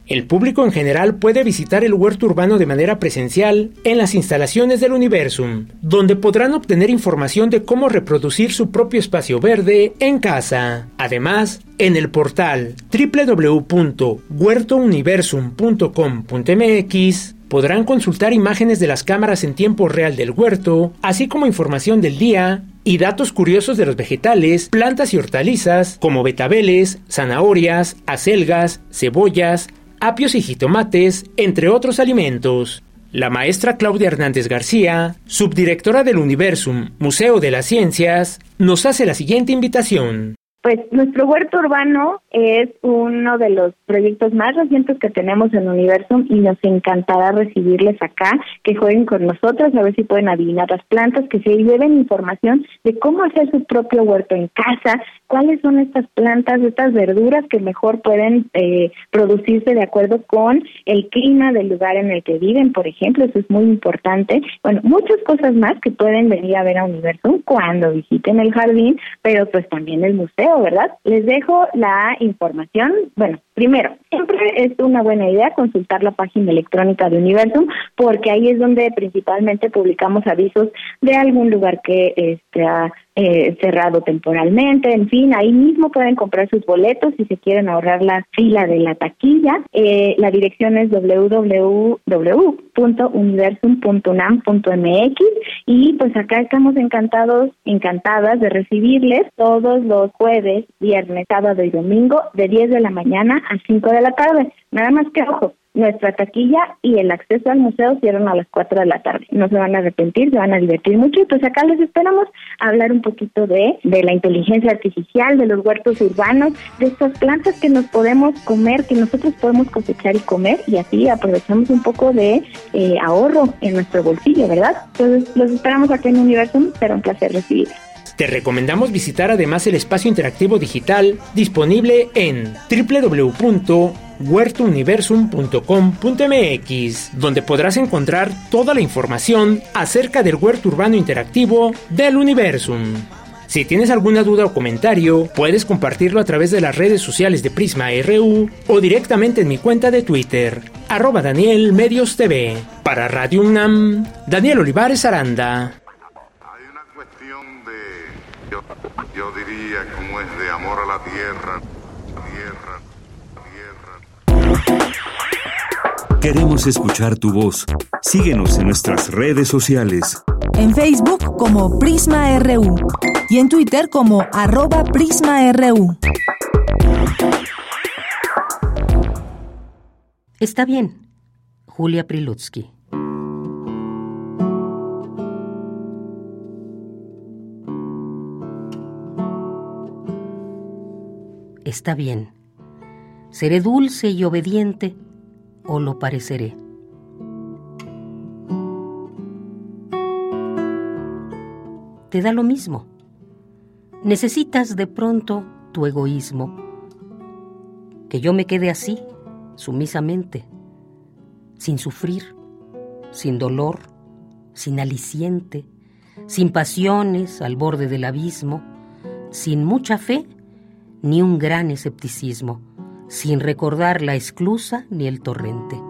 El público en general puede visitar el huerto urbano de manera presencial en las instalaciones del Universum, donde podrán obtener información de cómo reproducir su propio espacio verde en casa. Además, en el portal www.huertouniversum.com.mx podrán consultar imágenes de las cámaras en tiempo real del huerto, así como información del día y datos curiosos de los vegetales, plantas y hortalizas como betabeles, zanahorias, acelgas, cebollas, apios y jitomates, entre otros alimentos. La maestra Claudia Hernández García, subdirectora del Universum, Museo de las Ciencias, nos hace la siguiente invitación. Pues nuestro huerto urbano es uno de los proyectos más recientes que tenemos en Universum y nos encantará recibirles acá, que jueguen con nosotros, a ver si pueden adivinar las plantas, que se lleven información de cómo hacer su propio huerto en casa, cuáles son estas plantas, estas verduras que mejor pueden producirse de acuerdo con el clima del lugar en el que viven, por ejemplo, eso es muy importante. Bueno, muchas cosas más que pueden venir a ver a Universum cuando visiten el jardín, pero pues también el museo, ¿verdad? Les dejo la información. Bueno, primero, siempre es una buena idea consultar la página electrónica de Universum, porque ahí es donde principalmente publicamos avisos de algún lugar que ha cerrado temporalmente, en fin, ahí mismo pueden comprar sus boletos si se quieren ahorrar la fila de la taquilla. La dirección es www.universum.unam.mx y pues acá estamos encantadas de recibirles todos los jueves, viernes, sábado y domingo de 10 de la mañana a 5 de la tarde. Nada más que ojo, nuestra taquilla y el acceso al museo cierran a las 4 de la tarde. No se van a arrepentir, se van a divertir mucho y pues acá les esperamos a hablar un poquito de la inteligencia artificial, de los huertos urbanos, de estas plantas que nos podemos comer, que nosotros podemos cosechar y comer y así aprovechamos un poco de ahorro en nuestro bolsillo, ¿verdad? Entonces los esperamos acá en Universum, será un placer recibirlos. Te recomendamos visitar además el espacio interactivo digital disponible en www.huertouniversum.com.mx, donde podrás encontrar toda la información acerca del huerto urbano interactivo del Universum. Si tienes alguna duda o comentario, puedes compartirlo a través de las redes sociales de Prisma RU o directamente en mi cuenta de Twitter, @Daniel Medios TV. Para Radio UNAM, Daniel Olivares Aranda. Yo diría como es de amor a la tierra. Queremos escuchar tu voz. Síguenos en nuestras redes sociales. En Facebook como Prisma RU y en Twitter como @PrismaRU. Está bien, Julia Prilutsky. Está bien, seré dulce y obediente o lo pareceré. Te da lo mismo. Necesitas de pronto tu egoísmo. Que yo me quede así, sumisamente, sin sufrir, sin dolor, sin aliciente, sin pasiones al borde del abismo, sin mucha fe ni un gran escepticismo, sin recordar la esclusa ni el torrente.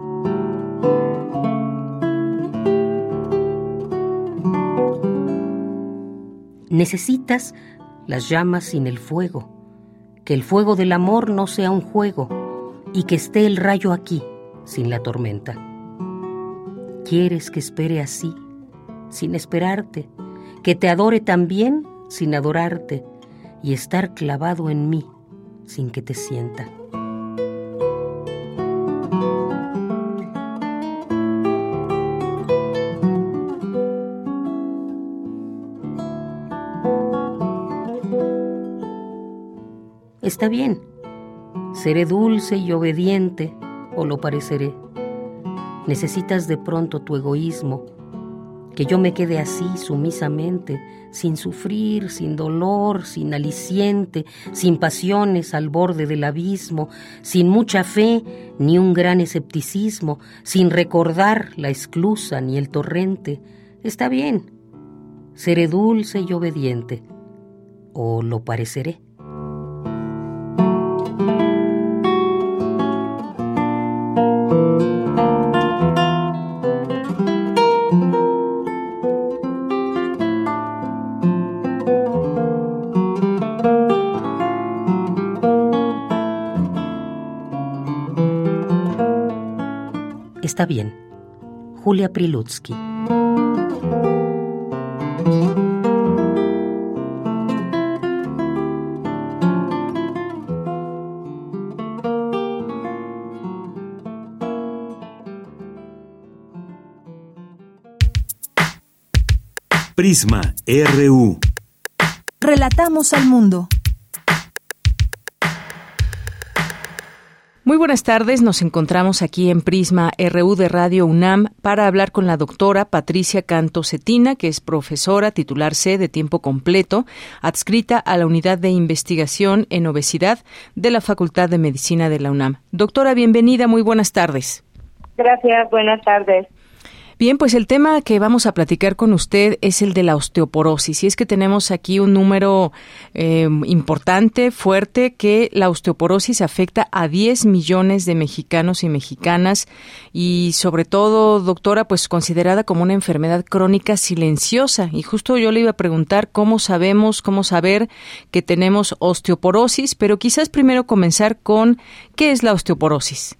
Necesitas las llamas sin el fuego, que el fuego del amor no sea un juego y que esté el rayo aquí sin la tormenta. ¿Quieres que espere así, sin esperarte, que te adore también sin adorarte y estar clavado en mí sin que te sienta? Está bien, seré dulce y obediente o lo pareceré. Necesitas de pronto tu egoísmo, que yo me quede así sumisamente, sin sufrir, sin dolor, sin aliciente, sin pasiones al borde del abismo, sin mucha fe ni un gran escepticismo, sin recordar la esclusa ni el torrente. Está bien, seré dulce y obediente o lo pareceré. está bien. Julia Prilutsky. Prisma RU. Relatamos al mundo. Muy buenas tardes, nos encontramos aquí en Prisma RU de Radio UNAM para hablar con la doctora Patricia Canto Cetina, que es profesora titular C de tiempo completo, adscrita a la Unidad de Investigación en Obesidad de la Facultad de Medicina de la UNAM. Doctora, bienvenida, muy buenas tardes. Gracias, buenas tardes. Bien, pues el tema que vamos a platicar con usted es el de la osteoporosis. Y es que tenemos aquí un número importante, fuerte, que la osteoporosis afecta a 10 millones de mexicanos y mexicanas y sobre todo, doctora, pues considerada como una enfermedad crónica silenciosa. Y justo yo le iba a preguntar cómo saber que tenemos osteoporosis, pero quizás primero comenzar con ¿qué es la osteoporosis?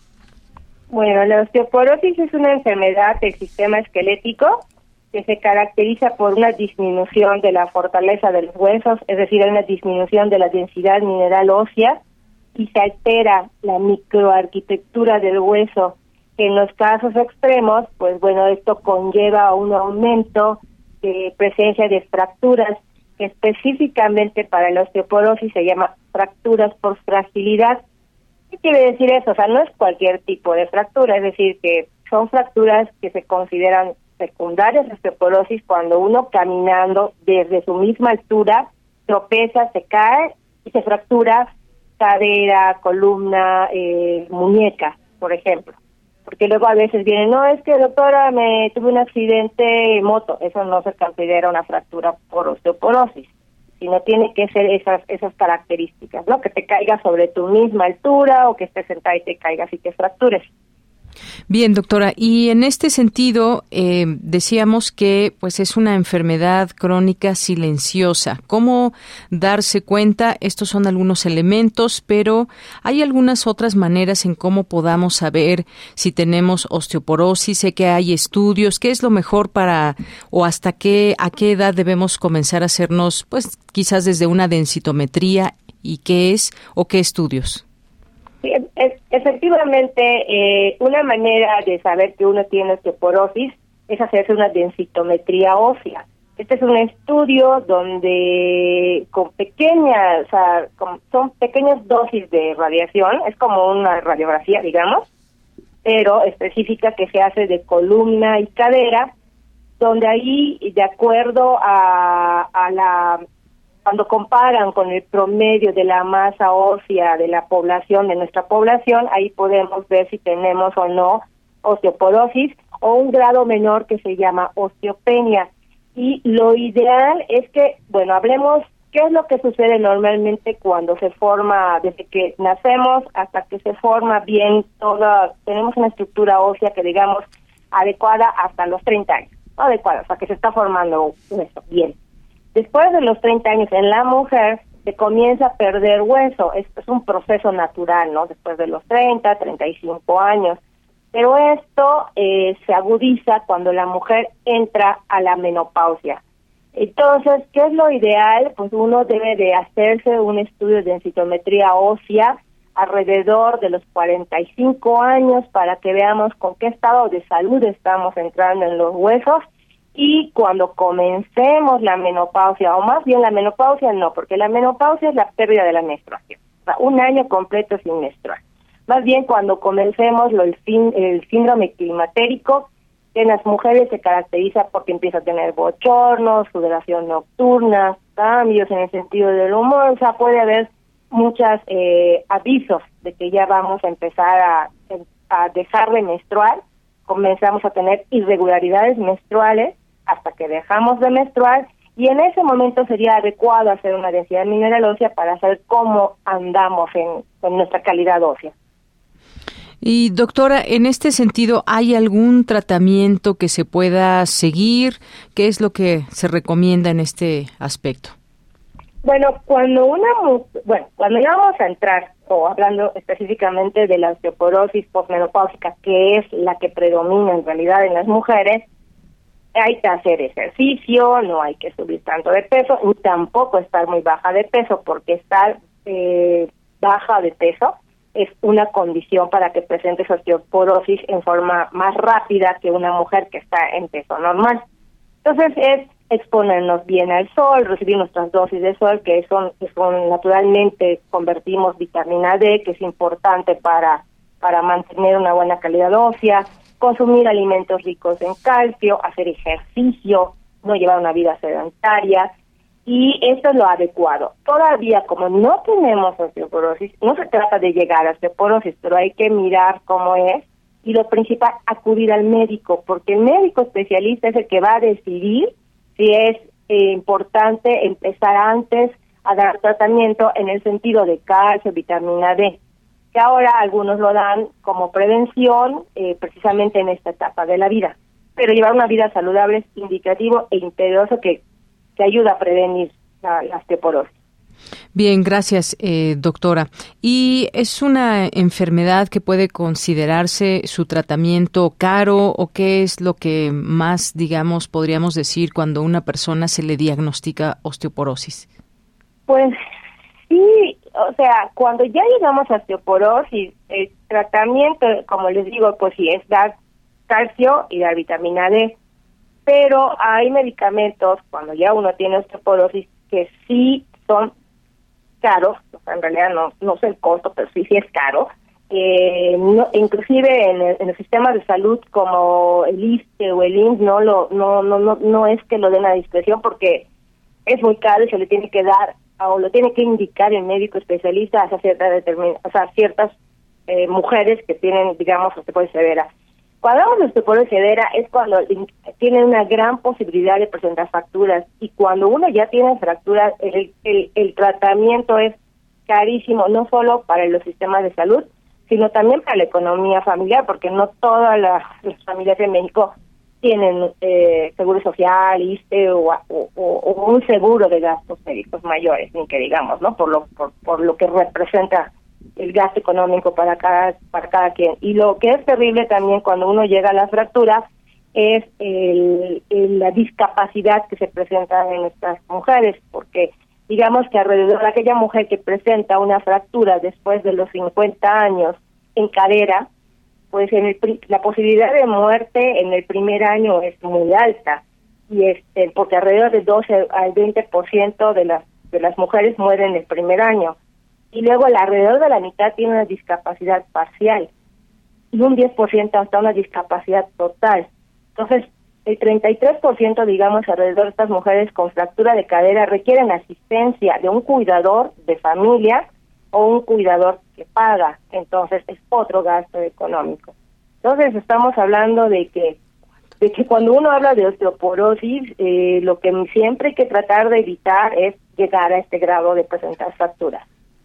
Bueno, la osteoporosis es una enfermedad del sistema esquelético que se caracteriza por una disminución de la fortaleza de los huesos, es decir, una disminución de la densidad mineral ósea y se altera la microarquitectura del hueso. En los casos extremos, pues bueno, esto conlleva a un aumento de presencia de fracturas que específicamente para la osteoporosis se llama fracturas por fragilidad. ¿Qué quiere decir eso? O sea, no es cualquier tipo de fractura, es decir, que son fracturas que se consideran secundarias de osteoporosis cuando uno caminando desde su misma altura tropeza, se cae y se fractura cadera, columna, muñeca, por ejemplo. Porque luego a veces vienen, no, es que doctora, tuve un accidente en moto, eso no se considera una fractura por osteoporosis, sino tiene que ser esas características, ¿no? Que te caigas sobre tu misma altura o que estés sentada y te caigas y te fractures. Bien, doctora, y en este sentido decíamos que pues es una enfermedad crónica silenciosa. ¿Cómo darse cuenta? Estos son algunos elementos, pero hay algunas otras maneras en cómo podamos saber si tenemos osteoporosis. Sé que hay estudios. ¿Qué es lo mejor para o a qué edad debemos comenzar a hacernos, pues quizás desde una densitometría y qué es o qué estudios? Sí, efectivamente, una manera de saber que uno tiene osteoporosis es hacerse una densitometría ósea. Este es un estudio donde son pequeñas dosis de radiación, es como una radiografía, digamos, pero específica que se hace de columna y cadera, donde ahí, de acuerdo cuando comparan con el promedio de la masa ósea de la población, de nuestra población, ahí podemos ver si tenemos o no osteoporosis o un grado menor que se llama osteopenia. Y lo ideal es que, bueno, hablemos qué es lo que sucede normalmente cuando se forma, desde que nacemos hasta que se forma bien tenemos una estructura ósea que digamos adecuada hasta los 30 años, no adecuada, o sea que se está formando eso, bien. Después de los 30 años en la mujer se comienza a perder hueso, es un proceso natural, ¿no? Después de los 30, 35 años. Pero esto se agudiza cuando la mujer entra a la menopausia. Entonces, ¿qué es lo ideal? Pues uno debe de hacerse un estudio de densitometría ósea alrededor de los 45 años para que veamos con qué estado de salud estamos entrando en los huesos. Y cuando comencemos la menopausia, o más bien la menopausia no, porque la menopausia es la pérdida de la menstruación, o sea, un año completo sin menstruar. Más bien cuando comencemos el síndrome climatérico, que en las mujeres se caracteriza porque empieza a tener bochornos, sudoración nocturna, cambios en el sentido del humor, o sea, puede haber muchos avisos de que ya vamos a empezar a dejar de menstruar, comenzamos a tener irregularidades menstruales, hasta que dejamos de menstruar y en ese momento sería adecuado hacer una densidad mineral ósea para saber cómo andamos en nuestra calidad ósea. Y doctora, en este sentido, ¿hay algún tratamiento que se pueda seguir? ¿Qué es lo que se recomienda en este aspecto? Bueno, cuando ya vamos a entrar, o hablando específicamente de la osteoporosis posmenopáusica, que es la que predomina en realidad en las mujeres, hay que hacer ejercicio, no hay que subir tanto de peso, ni tampoco estar muy baja de peso, porque estar baja de peso es una condición para que presentes osteoporosis en forma más rápida que una mujer que está en peso normal. Entonces es exponernos bien al sol, recibir nuestras dosis de sol, que son naturalmente convertimos vitamina D, que es importante para mantener una buena calidad ósea, consumir alimentos ricos en calcio, hacer ejercicio, no llevar una vida sedentaria, y esto es lo adecuado. Todavía, como no tenemos osteoporosis, no se trata de llegar a osteoporosis, pero hay que mirar cómo es, y lo principal, acudir al médico, porque el médico especialista es el que va a decidir si es importante empezar antes a dar tratamiento en el sentido de calcio, vitamina D, que ahora algunos lo dan como prevención precisamente en esta etapa de la vida. Pero llevar una vida saludable es indicativo e imperioso que ayuda a prevenir la osteoporosis. Bien, gracias, doctora. ¿Y es una enfermedad que puede considerarse su tratamiento caro o qué es lo que más, digamos, podríamos decir cuando una persona se le diagnostica osteoporosis? Pues sí, o sea, cuando ya llegamos a osteoporosis, el tratamiento, como les digo, pues sí, es dar calcio y dar vitamina D, pero hay medicamentos, cuando ya uno tiene osteoporosis, que sí son caros, o sea, en realidad no sé el costo, pero sí es caro. Inclusive en el sistema de salud como el ISSSTE o el IMSS no es que lo den a discreción porque es muy caro y se le tiene que dar o lo tiene que indicar el médico especialista a ciertas mujeres que tienen, digamos, osteoporosis severa. Cuando hablamos de osteoporosis severa es cuando tienen una gran posibilidad de presentar fracturas, y cuando uno ya tiene fracturas, el tratamiento es carísimo, no solo para los sistemas de salud, sino también para la economía familiar, porque no todas las familias de México tienen seguro social, ISSSTE o un seguro de gastos médicos mayores, ni que digamos, ¿no? Por lo que representa el gasto económico para cada quien. Y lo que es terrible también cuando uno llega a la fractura es la discapacidad que se presenta en estas mujeres, porque digamos que alrededor de aquella mujer que presenta una fractura después de los 50 años en cadera, pues la posibilidad de muerte en el primer año es muy alta, y porque alrededor de 12 al 20% de las mujeres mueren en el primer año, y luego alrededor de la mitad tiene una discapacidad parcial y un 10% hasta una discapacidad total. Entonces, el 33%, digamos, alrededor de estas mujeres con fractura de cadera requieren asistencia de un cuidador de familia o un cuidador que paga. Entonces, es otro gasto económico. Entonces, estamos hablando de que cuando uno habla de osteoporosis, lo que siempre hay que tratar de evitar es llegar a este grado de presentar fracturas.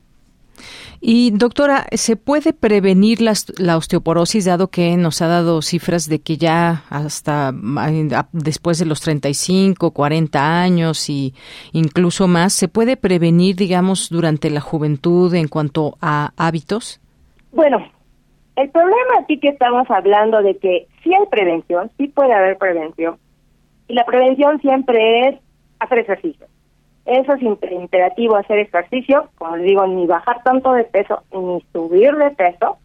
Y doctora, ¿se puede prevenir la osteoporosis, dado que nos ha dado cifras de que ya hasta después de los 35, 40 años y incluso más, se puede prevenir, digamos, durante la juventud en cuanto a hábitos? Bueno, el problema aquí que estamos hablando de que sí hay prevención, sí puede haber prevención, y la prevención siempre es hacer ejercicio. Eso es imperativo, hacer ejercicio, como les digo, ni bajar tanto de peso, ni subir de peso,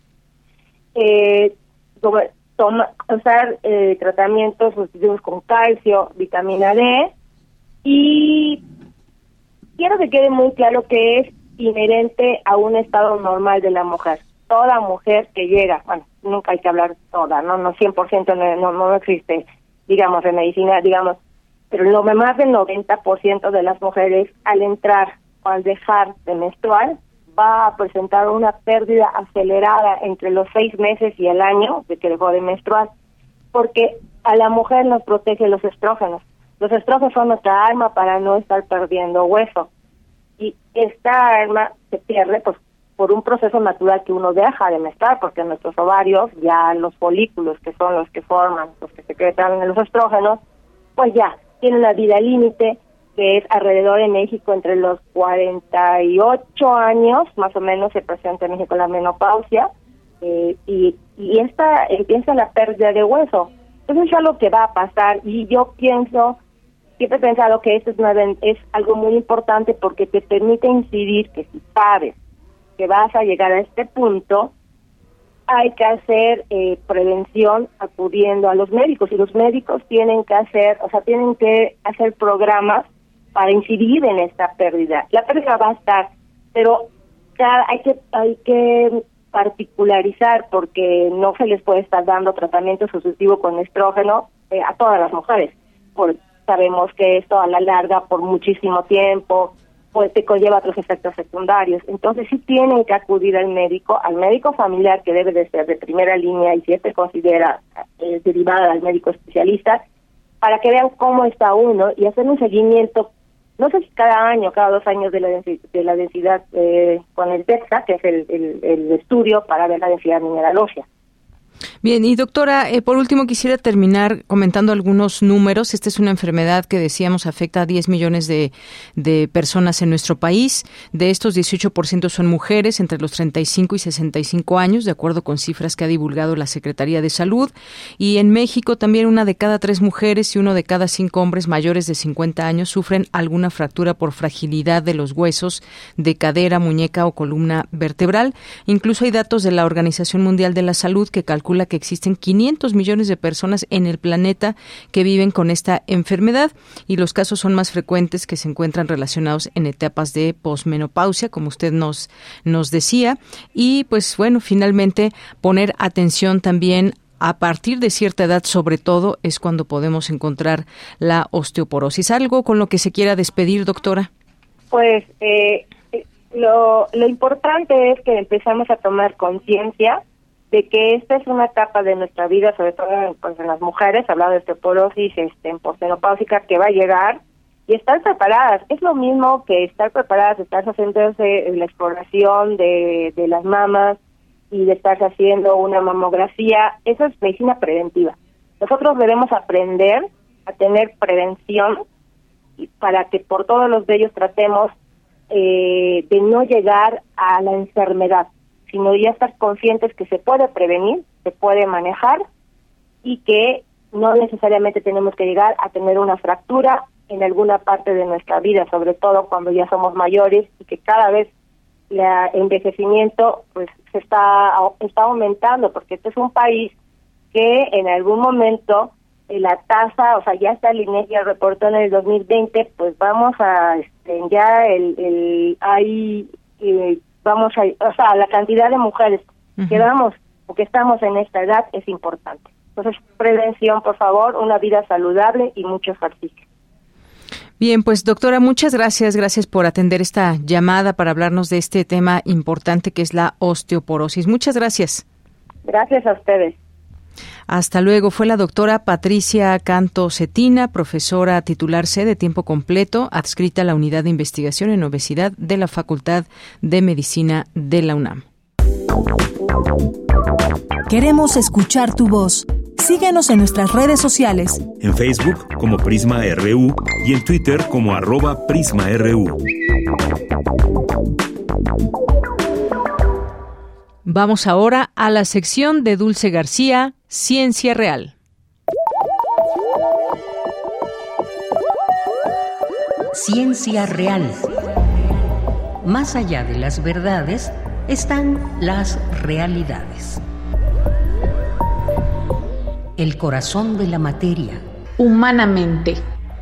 usar tratamientos sustitutivos con calcio, vitamina D, y quiero que quede muy claro que es inherente a un estado normal de la mujer. Toda mujer que llega, bueno, nunca hay que hablar toda, no 100% no existe, digamos, en medicina, digamos, pero más del 90% de las mujeres al entrar o al dejar de menstruar va a presentar una pérdida acelerada entre los 6 meses y el año de que dejó de menstruar, porque a la mujer nos protege los estrógenos. Los estrógenos son nuestra arma para no estar perdiendo hueso, y esta arma se pierde pues por un proceso natural que uno deja de menstruar, porque nuestros ovarios, ya los folículos, que son los que forman, los que secretan los estrógenos, pues ya tienen una vida límite que es alrededor de México entre los 48 años, más o menos se presenta en México la menopausia, y esta empieza la pérdida de hueso. Entonces es algo que va a pasar, y yo siempre he pensado que esto es algo muy importante porque te permite incidir que si sabes que vas a llegar a este punto, hay que hacer prevención acudiendo a los médicos, y los médicos tienen que hacer programas para incidir en esta pérdida. La pérdida va a estar, pero hay que particularizar, porque no se les puede estar dando tratamiento sustitutivo con estrógeno a todas las mujeres, porque sabemos que esto a la larga, por muchísimo tiempo, pues te conlleva otros efectos secundarios. Entonces sí tienen que acudir al médico familiar, que debe de ser de primera línea, y si se considera derivada al médico especialista, para que vean cómo está uno y hacer un seguimiento, no sé si cada año, cada 2 años de la densidad con el DEXA, que es el estudio para ver la densidad mineral ósea. Bien, y doctora, por último quisiera terminar comentando algunos números. Esta es una enfermedad que decíamos afecta a 10 millones de personas en nuestro país. De estos, 18% son mujeres entre los 35 y 65 años, de acuerdo con cifras que ha divulgado la Secretaría de Salud. Y en México también 1 de cada 3 mujeres y 1 de cada 5 hombres mayores de 50 años sufren alguna fractura por fragilidad de los huesos de cadera, muñeca o columna vertebral. Incluso hay datos de la Organización Mundial de la Salud que calcula que existen 500 millones de personas en el planeta que viven con esta enfermedad, y los casos son más frecuentes que se encuentran relacionados en etapas de posmenopausia, como usted nos decía. Y pues bueno, finalmente poner atención también a partir de cierta edad, sobre todo, es cuando podemos encontrar la osteoporosis. ¿Algo con lo que se quiera despedir, doctora? Pues lo importante es que empezamos a tomar conciencia de que esta es una etapa de nuestra vida, sobre todo pues, en las mujeres, hablando de osteoporosis en posmenopáusica, que va a llegar, y estar preparadas. Es lo mismo que estar preparadas, estar haciéndose la exploración de las mamas y de estarse haciendo una mamografía. Eso es medicina preventiva. Nosotros debemos aprender a tener prevención para que por todos los de ellos tratemos de no llegar a la enfermedad, sino ya estar conscientes que se puede prevenir, se puede manejar, y que no necesariamente tenemos que llegar a tener una fractura en alguna parte de nuestra vida, sobre todo cuando ya somos mayores, y que cada vez el envejecimiento pues se está aumentando, porque este es un país que en algún momento la tasa, o sea, ya está el INEGI reportó en el 2020, pues vamos a la cantidad de mujeres que vamos o que estamos en esta edad es importante. Entonces, prevención, por favor, una vida saludable y mucho ejercicio. Bien, pues doctora, muchas gracias. Gracias por atender esta llamada para hablarnos de este tema importante que es la osteoporosis. Muchas gracias. Gracias a ustedes. Hasta luego. Fue la doctora Patricia Canto Cetina, profesora titular C de tiempo completo, adscrita a la Unidad de Investigación en Obesidad de la Facultad de Medicina de la UNAM. Queremos escuchar tu voz. Síguenos en nuestras redes sociales. En Facebook como Prisma RU y en Twitter como @PrismaRU. Vamos ahora a la sección de Dulce García, Ciencia Real. Ciencia Real. Más allá de las verdades están las realidades. El corazón de la materia. Humanamente.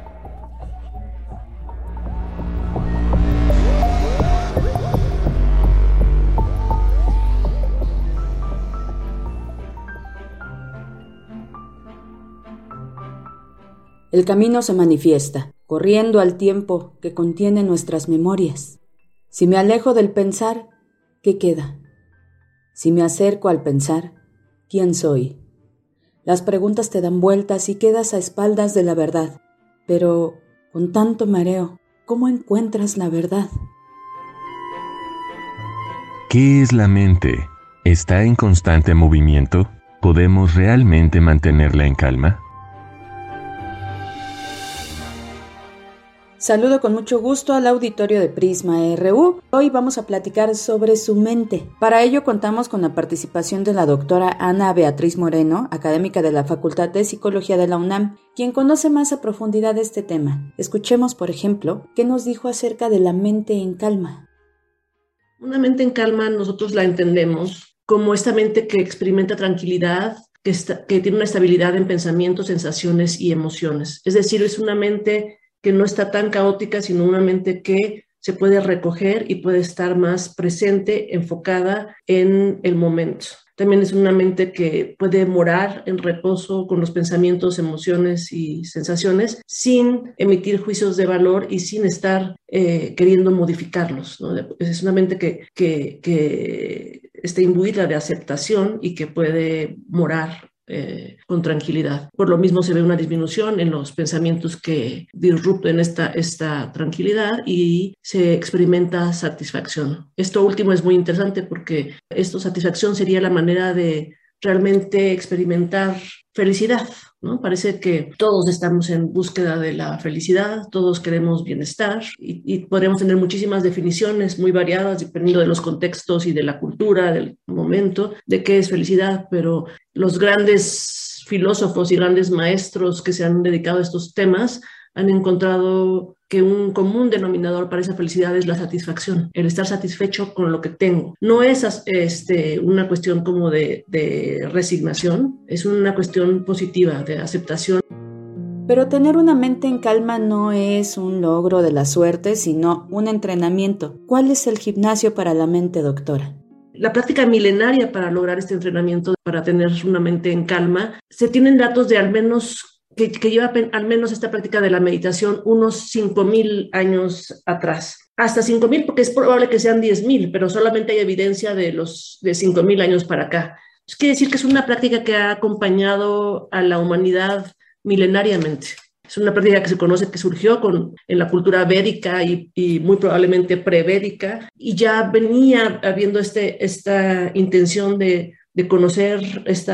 El camino se manifiesta, corriendo al tiempo que contiene nuestras memorias. Si me alejo del pensar, ¿qué queda? Si me acerco al pensar, ¿quién soy? Las preguntas te dan vueltas y quedas a espaldas de la verdad. Pero, con tanto mareo, ¿cómo encuentras la verdad? ¿Qué es la mente? ¿Está en constante movimiento? ¿Podemos realmente mantenerla en calma? Saludo con mucho gusto al auditorio de Prisma RU. Hoy vamos a platicar sobre su mente. Para ello contamos con la participación de la doctora Ana Beatriz Moreno, académica de la Facultad de Psicología de la UNAM, quien conoce más a profundidad este tema. Escuchemos, por ejemplo, qué nos dijo acerca de la mente en calma. Una mente en calma nosotros la entendemos como esta mente que experimenta tranquilidad, que tiene una estabilidad en pensamientos, sensaciones y emociones. Es decir, es una mente que no está tan caótica, sino una mente que se puede recoger y puede estar más presente, enfocada en el momento. También es una mente que puede morar en reposo con los pensamientos, emociones y sensaciones sin emitir juicios de valor y sin estar queriendo modificarlos, ¿no? Es una mente que está imbuida de aceptación y que puede morar con tranquilidad. Por lo mismo se ve una disminución en los pensamientos que disrupten esta tranquilidad y se experimenta satisfacción. Esto último es muy interesante porque satisfacción sería la manera de realmente experimentar felicidad, ¿no? Parece que todos estamos en búsqueda de la felicidad, todos queremos bienestar y podríamos tener muchísimas definiciones muy variadas dependiendo de los contextos y de la cultura, del momento, de qué es felicidad, pero los grandes filósofos y grandes maestros que se han dedicado a estos temas han encontrado que un común denominador para esa felicidad es la satisfacción, el estar satisfecho con lo que tengo. No es una cuestión como de resignación, es una cuestión positiva, de aceptación. Pero tener una mente en calma no es un logro de la suerte, sino un entrenamiento. ¿Cuál es el gimnasio para la mente, doctora? La práctica milenaria para lograr este entrenamiento, para tener una mente en calma, se tienen datos de al menos que lleva al menos esta práctica de la meditación unos 5,000 años atrás. Hasta 5,000, porque es probable que sean 10,000, pero solamente hay evidencia de 5,000 años para acá. Eso quiere decir que es una práctica que ha acompañado a la humanidad milenariamente. Es una práctica que se conoce que surgió en la cultura védica y muy probablemente prevédica, y ya venía habiendo esta intención de conocer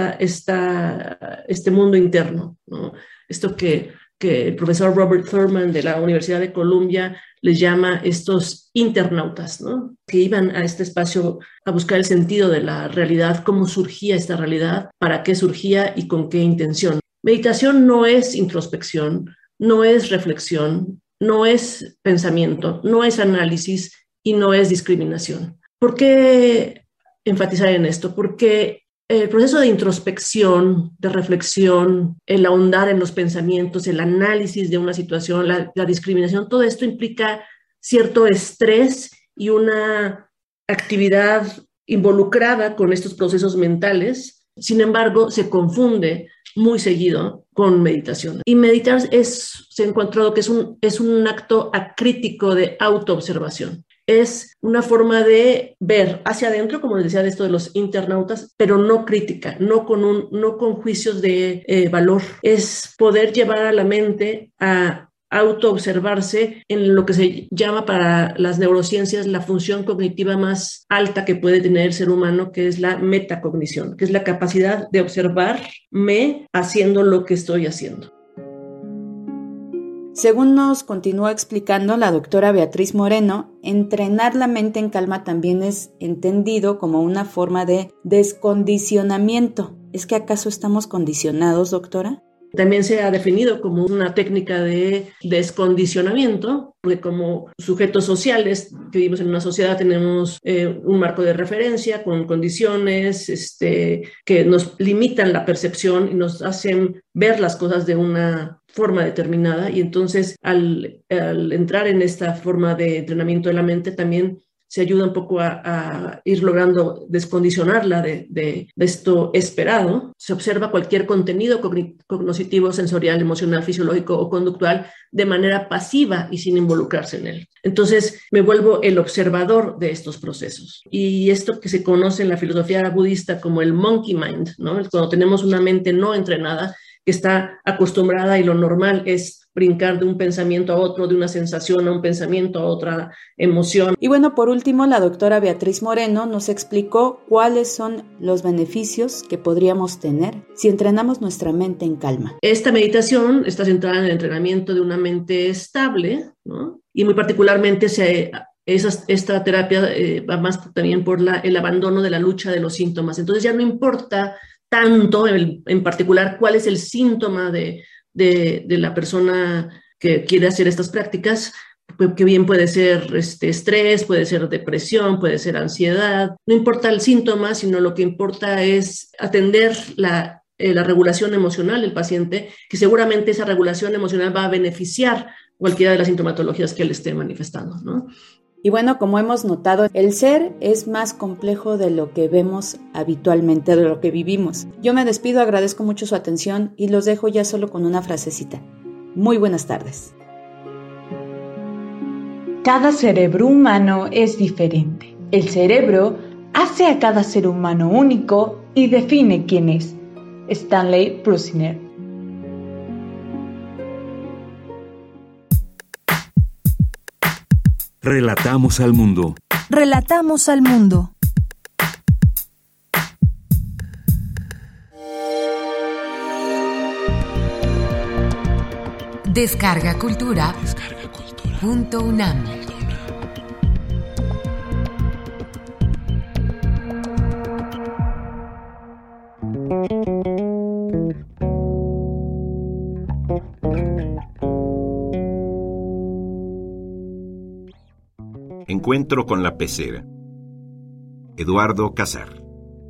este mundo interno, ¿no? Esto que el profesor Robert Thurman de la Universidad de Columbia les llama estos internautas, ¿no? Que iban a este espacio a buscar el sentido de la realidad, cómo surgía esta realidad, para qué surgía y con qué intención. Meditación no es introspección, no es reflexión, no es pensamiento, no es análisis y no es discriminación. ¿Por qué enfatizar en esto? Porque el proceso de introspección, de reflexión, el ahondar en los pensamientos, el análisis de una situación, la discriminación, todo esto implica cierto estrés y una actividad involucrada con estos procesos mentales. Sin embargo, se confunde muy seguido con meditación. Y meditar se ha encontrado que es un acto acrítico de autoobservación. Es una forma de ver hacia adentro, como les decía, de esto de los internautas, pero no crítica, no con juicios de valor. Es poder llevar a la mente a autoobservarse en lo que se llama para las neurociencias la función cognitiva más alta que puede tener el ser humano, que es la metacognición, que es la capacidad de observarme haciendo lo que estoy haciendo. Según nos continúa explicando la doctora Beatriz Moreno, entrenar la mente en calma también es entendido como una forma de descondicionamiento. ¿Es que acaso estamos condicionados, doctora? También se ha definido como una técnica de descondicionamiento, porque como sujetos sociales que vivimos en una sociedad tenemos un marco de referencia con condiciones que nos limitan la percepción y nos hacen ver las cosas de una forma determinada, y entonces al entrar en esta forma de entrenamiento de la mente también se ayuda un poco a ir logrando descondicionarla de esto esperado. Se observa cualquier contenido cognitivo, sensorial, emocional, fisiológico o conductual de manera pasiva y sin involucrarse en él. Entonces me vuelvo el observador de estos procesos. Y esto que se conoce en la filosofía budista como el monkey mind, ¿no? Cuando tenemos una mente no entrenada, que está acostumbrada y lo normal es brincar de un pensamiento a otro, de una sensación a un pensamiento a otra emoción. Y bueno, por último, la doctora Beatriz Moreno nos explicó cuáles son los beneficios que podríamos tener si entrenamos nuestra mente en calma. Esta meditación está centrada en el entrenamiento de una mente estable, ¿no? Y muy particularmente esta terapia va más también por el abandono de la lucha de los síntomas. Entonces ya no importa tanto en particular cuál es el síntoma de la persona que quiere hacer estas prácticas, que bien puede ser estrés, puede ser depresión, puede ser ansiedad. No importa el síntoma, sino lo que importa es atender la regulación emocional del paciente, que seguramente esa regulación emocional va a beneficiar cualquiera de las sintomatologías que él esté manifestando, ¿no? Y bueno, como hemos notado, el ser es más complejo de lo que vemos habitualmente, de lo que vivimos. Yo me despido, agradezco mucho su atención y los dejo ya solo con una frasecita. Muy buenas tardes. Cada cerebro humano es diferente. El cerebro hace a cada ser humano único y define quién es. Stanley Prusiner. Relatamos al mundo. Relatamos al mundo. Descarga Cultura. .unam. Encuentro con la pecera. Eduardo Casar.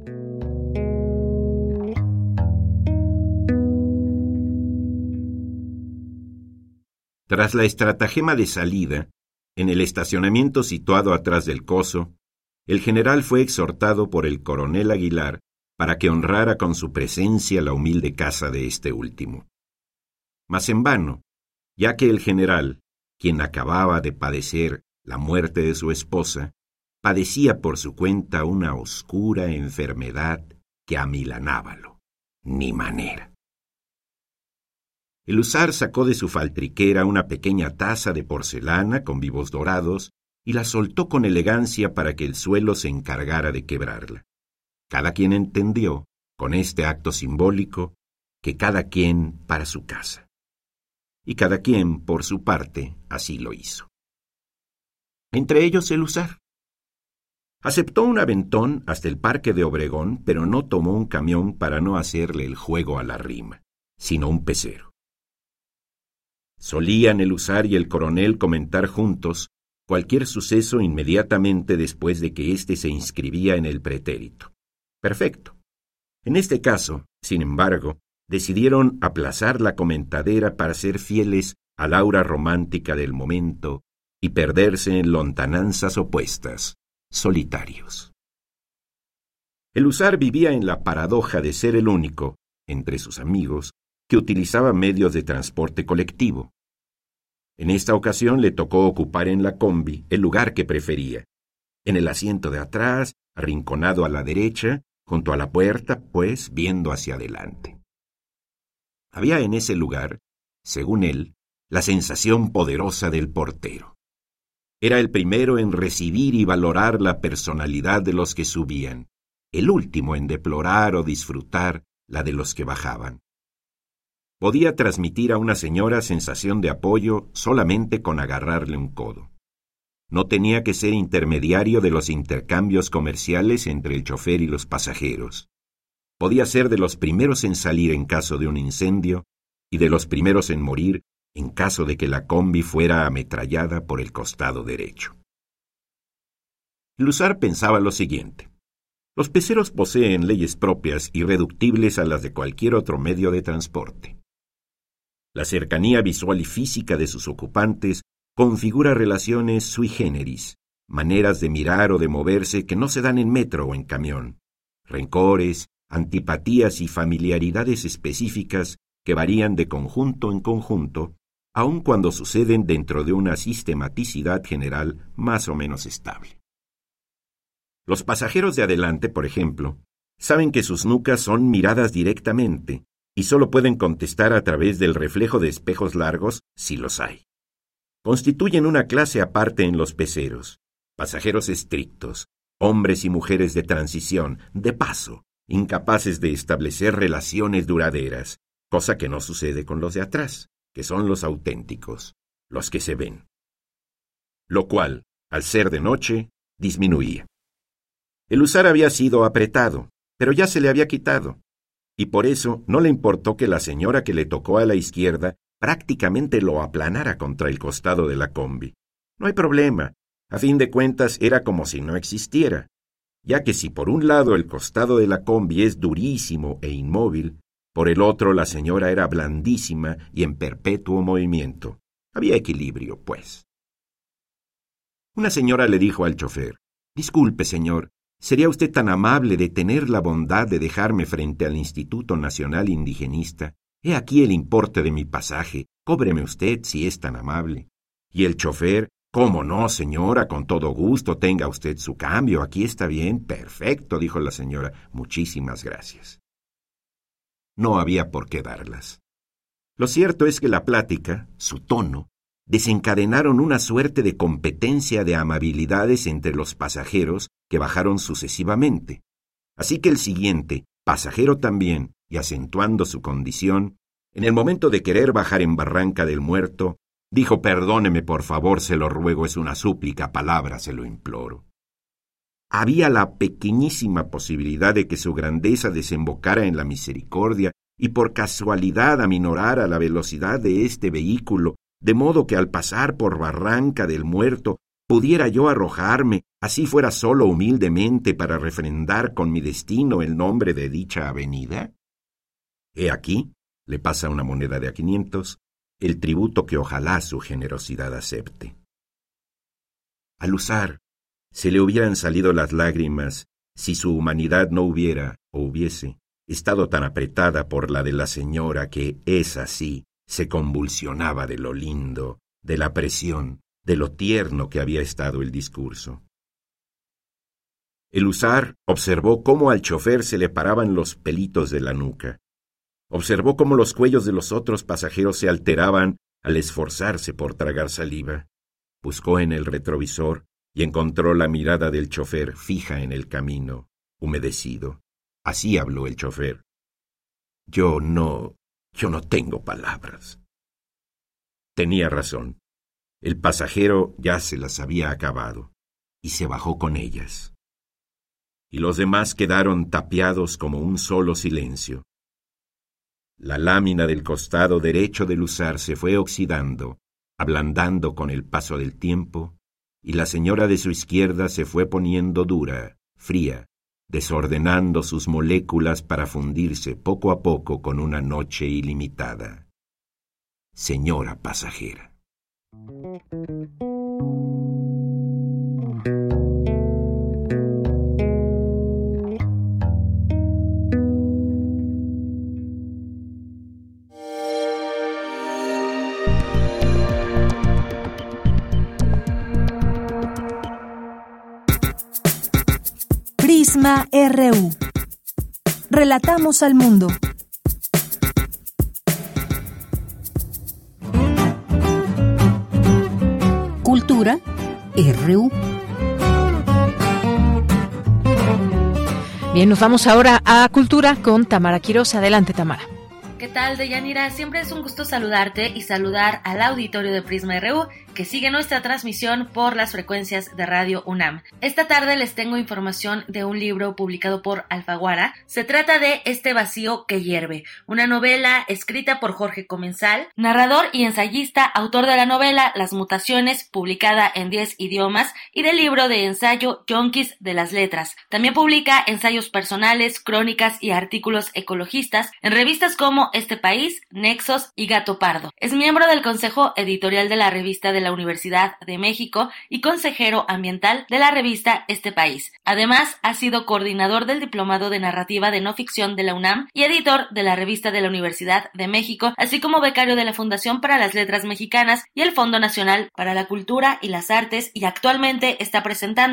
Tras la estratagema de salida, en el estacionamiento situado atrás del coso, el general fue exhortado por el coronel Aguilar para que honrara con su presencia la humilde casa de este último. Mas en vano, ya que el general, quien acababa de padecer la muerte de su esposa, padecía por su cuenta una oscura enfermedad que amilanábalo. Ni manera. El husar sacó de su faltriquera una pequeña taza de porcelana con vivos dorados y la soltó con elegancia para que el suelo se encargara de quebrarla. Cada quien entendió, con este acto simbólico, que cada quien para su casa. Y cada quien, por su parte, así lo hizo. Entre ellos el husar. Aceptó un aventón hasta el Parque de Obregón, pero no tomó un camión para no hacerle el juego a la rima, sino un pecero. Solían el husar y el coronel comentar juntos cualquier suceso inmediatamente después de que éste se inscribía en el pretérito. Perfecto. En este caso, sin embargo, decidieron aplazar la comentadera para ser fieles al aura romántica del momento y perderse en lontananzas opuestas, solitarios. El husar vivía en la paradoja de ser el único, entre sus amigos, que utilizaba medios de transporte colectivo. En esta ocasión le tocó ocupar en la combi el lugar que prefería, en el asiento de atrás, arrinconado a la derecha, junto a la puerta, pues viendo hacia adelante. Había en ese lugar, según él, la sensación poderosa del portero. Era el primero en recibir y valorar la personalidad de los que subían, el último en deplorar o disfrutar la de los que bajaban. Podía transmitir a una señora sensación de apoyo solamente con agarrarle un codo. No tenía que ser intermediario de los intercambios comerciales entre el chofer y los pasajeros. Podía ser de los primeros en salir en caso de un incendio y de los primeros en morir en caso de que la combi fuera ametrallada por el costado derecho. El husar pensaba lo siguiente: los peceros poseen leyes propias irreductibles a las de cualquier otro medio de transporte. La cercanía visual y física de sus ocupantes configura relaciones sui generis, maneras de mirar o de moverse que no se dan en metro o en camión, rencores, antipatías y familiaridades específicas que varían de conjunto en conjunto, aun cuando suceden dentro de una sistematicidad general más o menos estable. Los pasajeros de adelante, por ejemplo, saben que sus nucas son miradas directamente, y solo pueden contestar a través del reflejo de espejos largos, si los hay. Constituyen una clase aparte en los peceros, pasajeros estrictos, hombres y mujeres de transición, de paso, incapaces de establecer relaciones duraderas, cosa que no sucede con los de atrás, que son los auténticos, los que se ven. Lo cual, al ser de noche, disminuía. El usar había sido apretado, pero ya se le había quitado, y por eso no le importó que la señora que le tocó a la izquierda prácticamente lo aplanara contra el costado de la combi. No hay problema, a fin de cuentas era como si no existiera, ya que si por un lado el costado de la combi es durísimo e inmóvil, por el otro la señora era blandísima y en perpetuo movimiento. Había equilibrio, pues. Una señora le dijo al chofer: «Disculpe, señor, ¿sería usted tan amable de tener la bondad de dejarme frente al Instituto Nacional Indigenista? He aquí el importe de mi pasaje, cóbreme usted si es tan amable». Y el chofer: «¿Cómo no, señora? Con todo gusto, tenga usted su cambio, aquí está bien». «Perfecto», dijo la señora, «muchísimas gracias». No había por qué darlas. Lo cierto es que la plática, su tono, desencadenaron una suerte de competencia de amabilidades entre los pasajeros que bajaron sucesivamente. Así que el siguiente, pasajero también, y acentuando su condición, en el momento de querer bajar en Barranca del Muerto, dijo: «Perdóneme, por favor, se lo ruego, es una súplica, palabra, se lo imploro». Había la pequeñísima posibilidad de que su grandeza desembocara en la misericordia y por casualidad aminorara la velocidad de este vehículo, de modo que al pasar por Barranca del Muerto pudiera yo arrojarme, así fuera solo humildemente, para refrendar con mi destino el nombre de dicha avenida. He aquí, le pasa una moneda de $500, el tributo que ojalá su generosidad acepte. Al usar, se le hubieran salido las lágrimas si su humanidad no hubiera, o hubiese, estado tan apretada por la de la señora que, es así, se convulsionaba de lo lindo, de la presión, de lo tierno que había estado el discurso. El usar observó cómo al chofer se le paraban los pelitos de la nuca. Observó cómo los cuellos de los otros pasajeros se alteraban al esforzarse por tragar saliva. Buscó en el retrovisor y encontró la mirada del chofer fija en el camino, humedecido. Así habló el chofer: Yo no tengo palabras». Tenía razón. El pasajero ya se las había acabado, y se bajó con ellas. Y los demás quedaron tapiados como un solo silencio. La lámina del costado derecho del usar se fue oxidando, ablandando con el paso del tiempo, y la señora de su izquierda se fue poniendo dura, fría, desordenando sus moléculas para fundirse poco a poco con una noche ilimitada. Señora pasajera. Prisma RU. Relatamos al mundo. Cultura RU. Bien, nos vamos ahora a Cultura con Tamara Quirós. Adelante, Tamara. ¿Qué tal, Deyanira? Siempre es un gusto saludarte y saludar al auditorio de Prisma RU que sigue nuestra transmisión por las frecuencias de Radio UNAM. Esta tarde les tengo información de un libro publicado por Alfaguara. Se trata de Este vacío que hierve, una novela escrita por Jorge Comensal, narrador y ensayista, autor de la novela Las mutaciones, publicada en 10 idiomas, y del libro de ensayo Yonkis de las letras. También publica ensayos personales, crónicas y artículos ecologistas en revistas como Este País, Nexos y Gato Pardo. Es miembro del Consejo Editorial de la Revista de la Universidad de México y consejero ambiental de la revista Este País. Además, ha sido coordinador del Diplomado de Narrativa de No Ficción de la UNAM y editor de la Revista de la Universidad de México, así como becario de la Fundación para las Letras Mexicanas y el Fondo Nacional para la Cultura y las Artes, y actualmente está presentando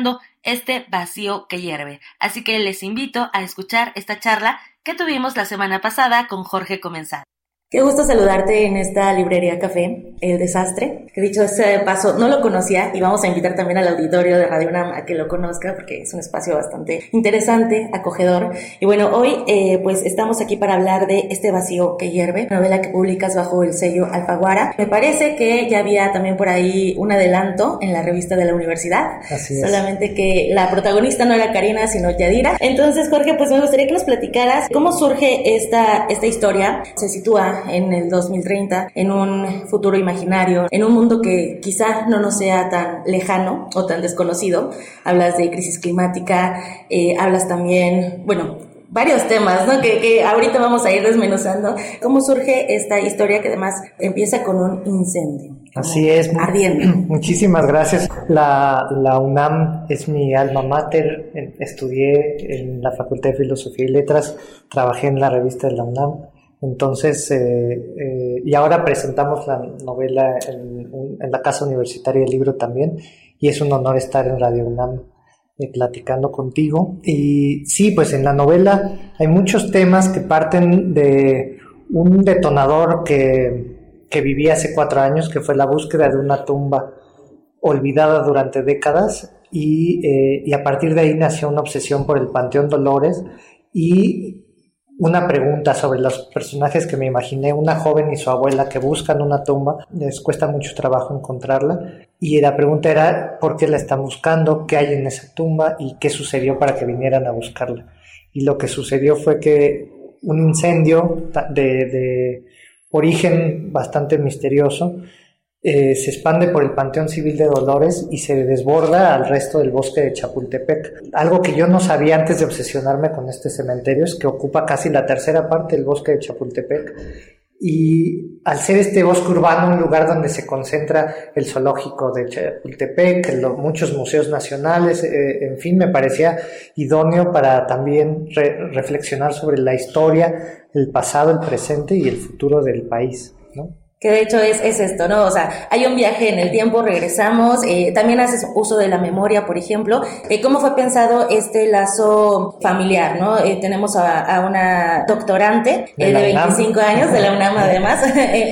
este vacío que hierve. Así que les invito a escuchar esta charla que tuvimos la semana pasada con Jorge Comensal. Qué gusto saludarte en esta librería café, El Desastre, que dicho ese paso no lo conocía y vamos a invitar también al auditorio de Radio UNAM a que lo conozca porque es un espacio bastante interesante, acogedor. Y bueno, hoy pues estamos aquí para hablar de Este vacío que hierve, novela que publicas bajo el sello Alfaguara. Me parece que ya había también por ahí un adelanto en la revista de la universidad. Así es. Solamente que la protagonista no era Karina, sino Yadira. Entonces, Jorge, pues me gustaría que nos platicaras cómo surge esta historia. Se sitúa en el 2030, en un futuro imaginario, en un mundo que quizá no nos sea tan lejano o tan desconocido. Hablas de crisis climática, hablas también, bueno, varios temas, ¿no? Que ahorita vamos a ir desmenuzando. ¿Cómo surge esta historia que además empieza con un incendio? Así es. Ardiendo. Muchísimas gracias. La UNAM es mi alma mater. Estudié en la Facultad de Filosofía y Letras, trabajé en la revista de la UNAM. Entonces, y ahora presentamos la novela en la Casa Universitaria del Libro también, y es un honor estar en Radio UNAM platicando contigo. Y sí, pues en la novela hay muchos temas que parten de un detonador que viví hace 4 años, que fue la búsqueda de una tumba olvidada durante décadas, y a partir de ahí nació una obsesión por el Panteón Dolores y una pregunta sobre los personajes que me imaginé, una joven y su abuela que buscan una tumba, les cuesta mucho trabajo encontrarla, y la pregunta era ¿por qué la están buscando? ¿Qué hay en esa tumba? ¿Y qué sucedió para que vinieran a buscarla? Y lo que sucedió fue que un incendio de origen bastante misterioso se expande por el Panteón Civil de Dolores y se desborda al resto del bosque de Chapultepec. Algo que yo no sabía antes de obsesionarme con este cementerio es que ocupa casi la tercera parte del bosque de Chapultepec, y al ser este bosque urbano un lugar donde se concentra el zoológico de Chapultepec, muchos museos nacionales, en fin, me parecía idóneo para también reflexionar sobre la historia, el pasado, el presente y el futuro del país, ¿no? Que de hecho es esto, ¿no? O sea, hay un viaje en el tiempo, regresamos, también haces uso de la memoria, por ejemplo. ¿Cómo fue pensado este lazo familiar, no? Tenemos a una doctorante de 25 años, de la UNAM además,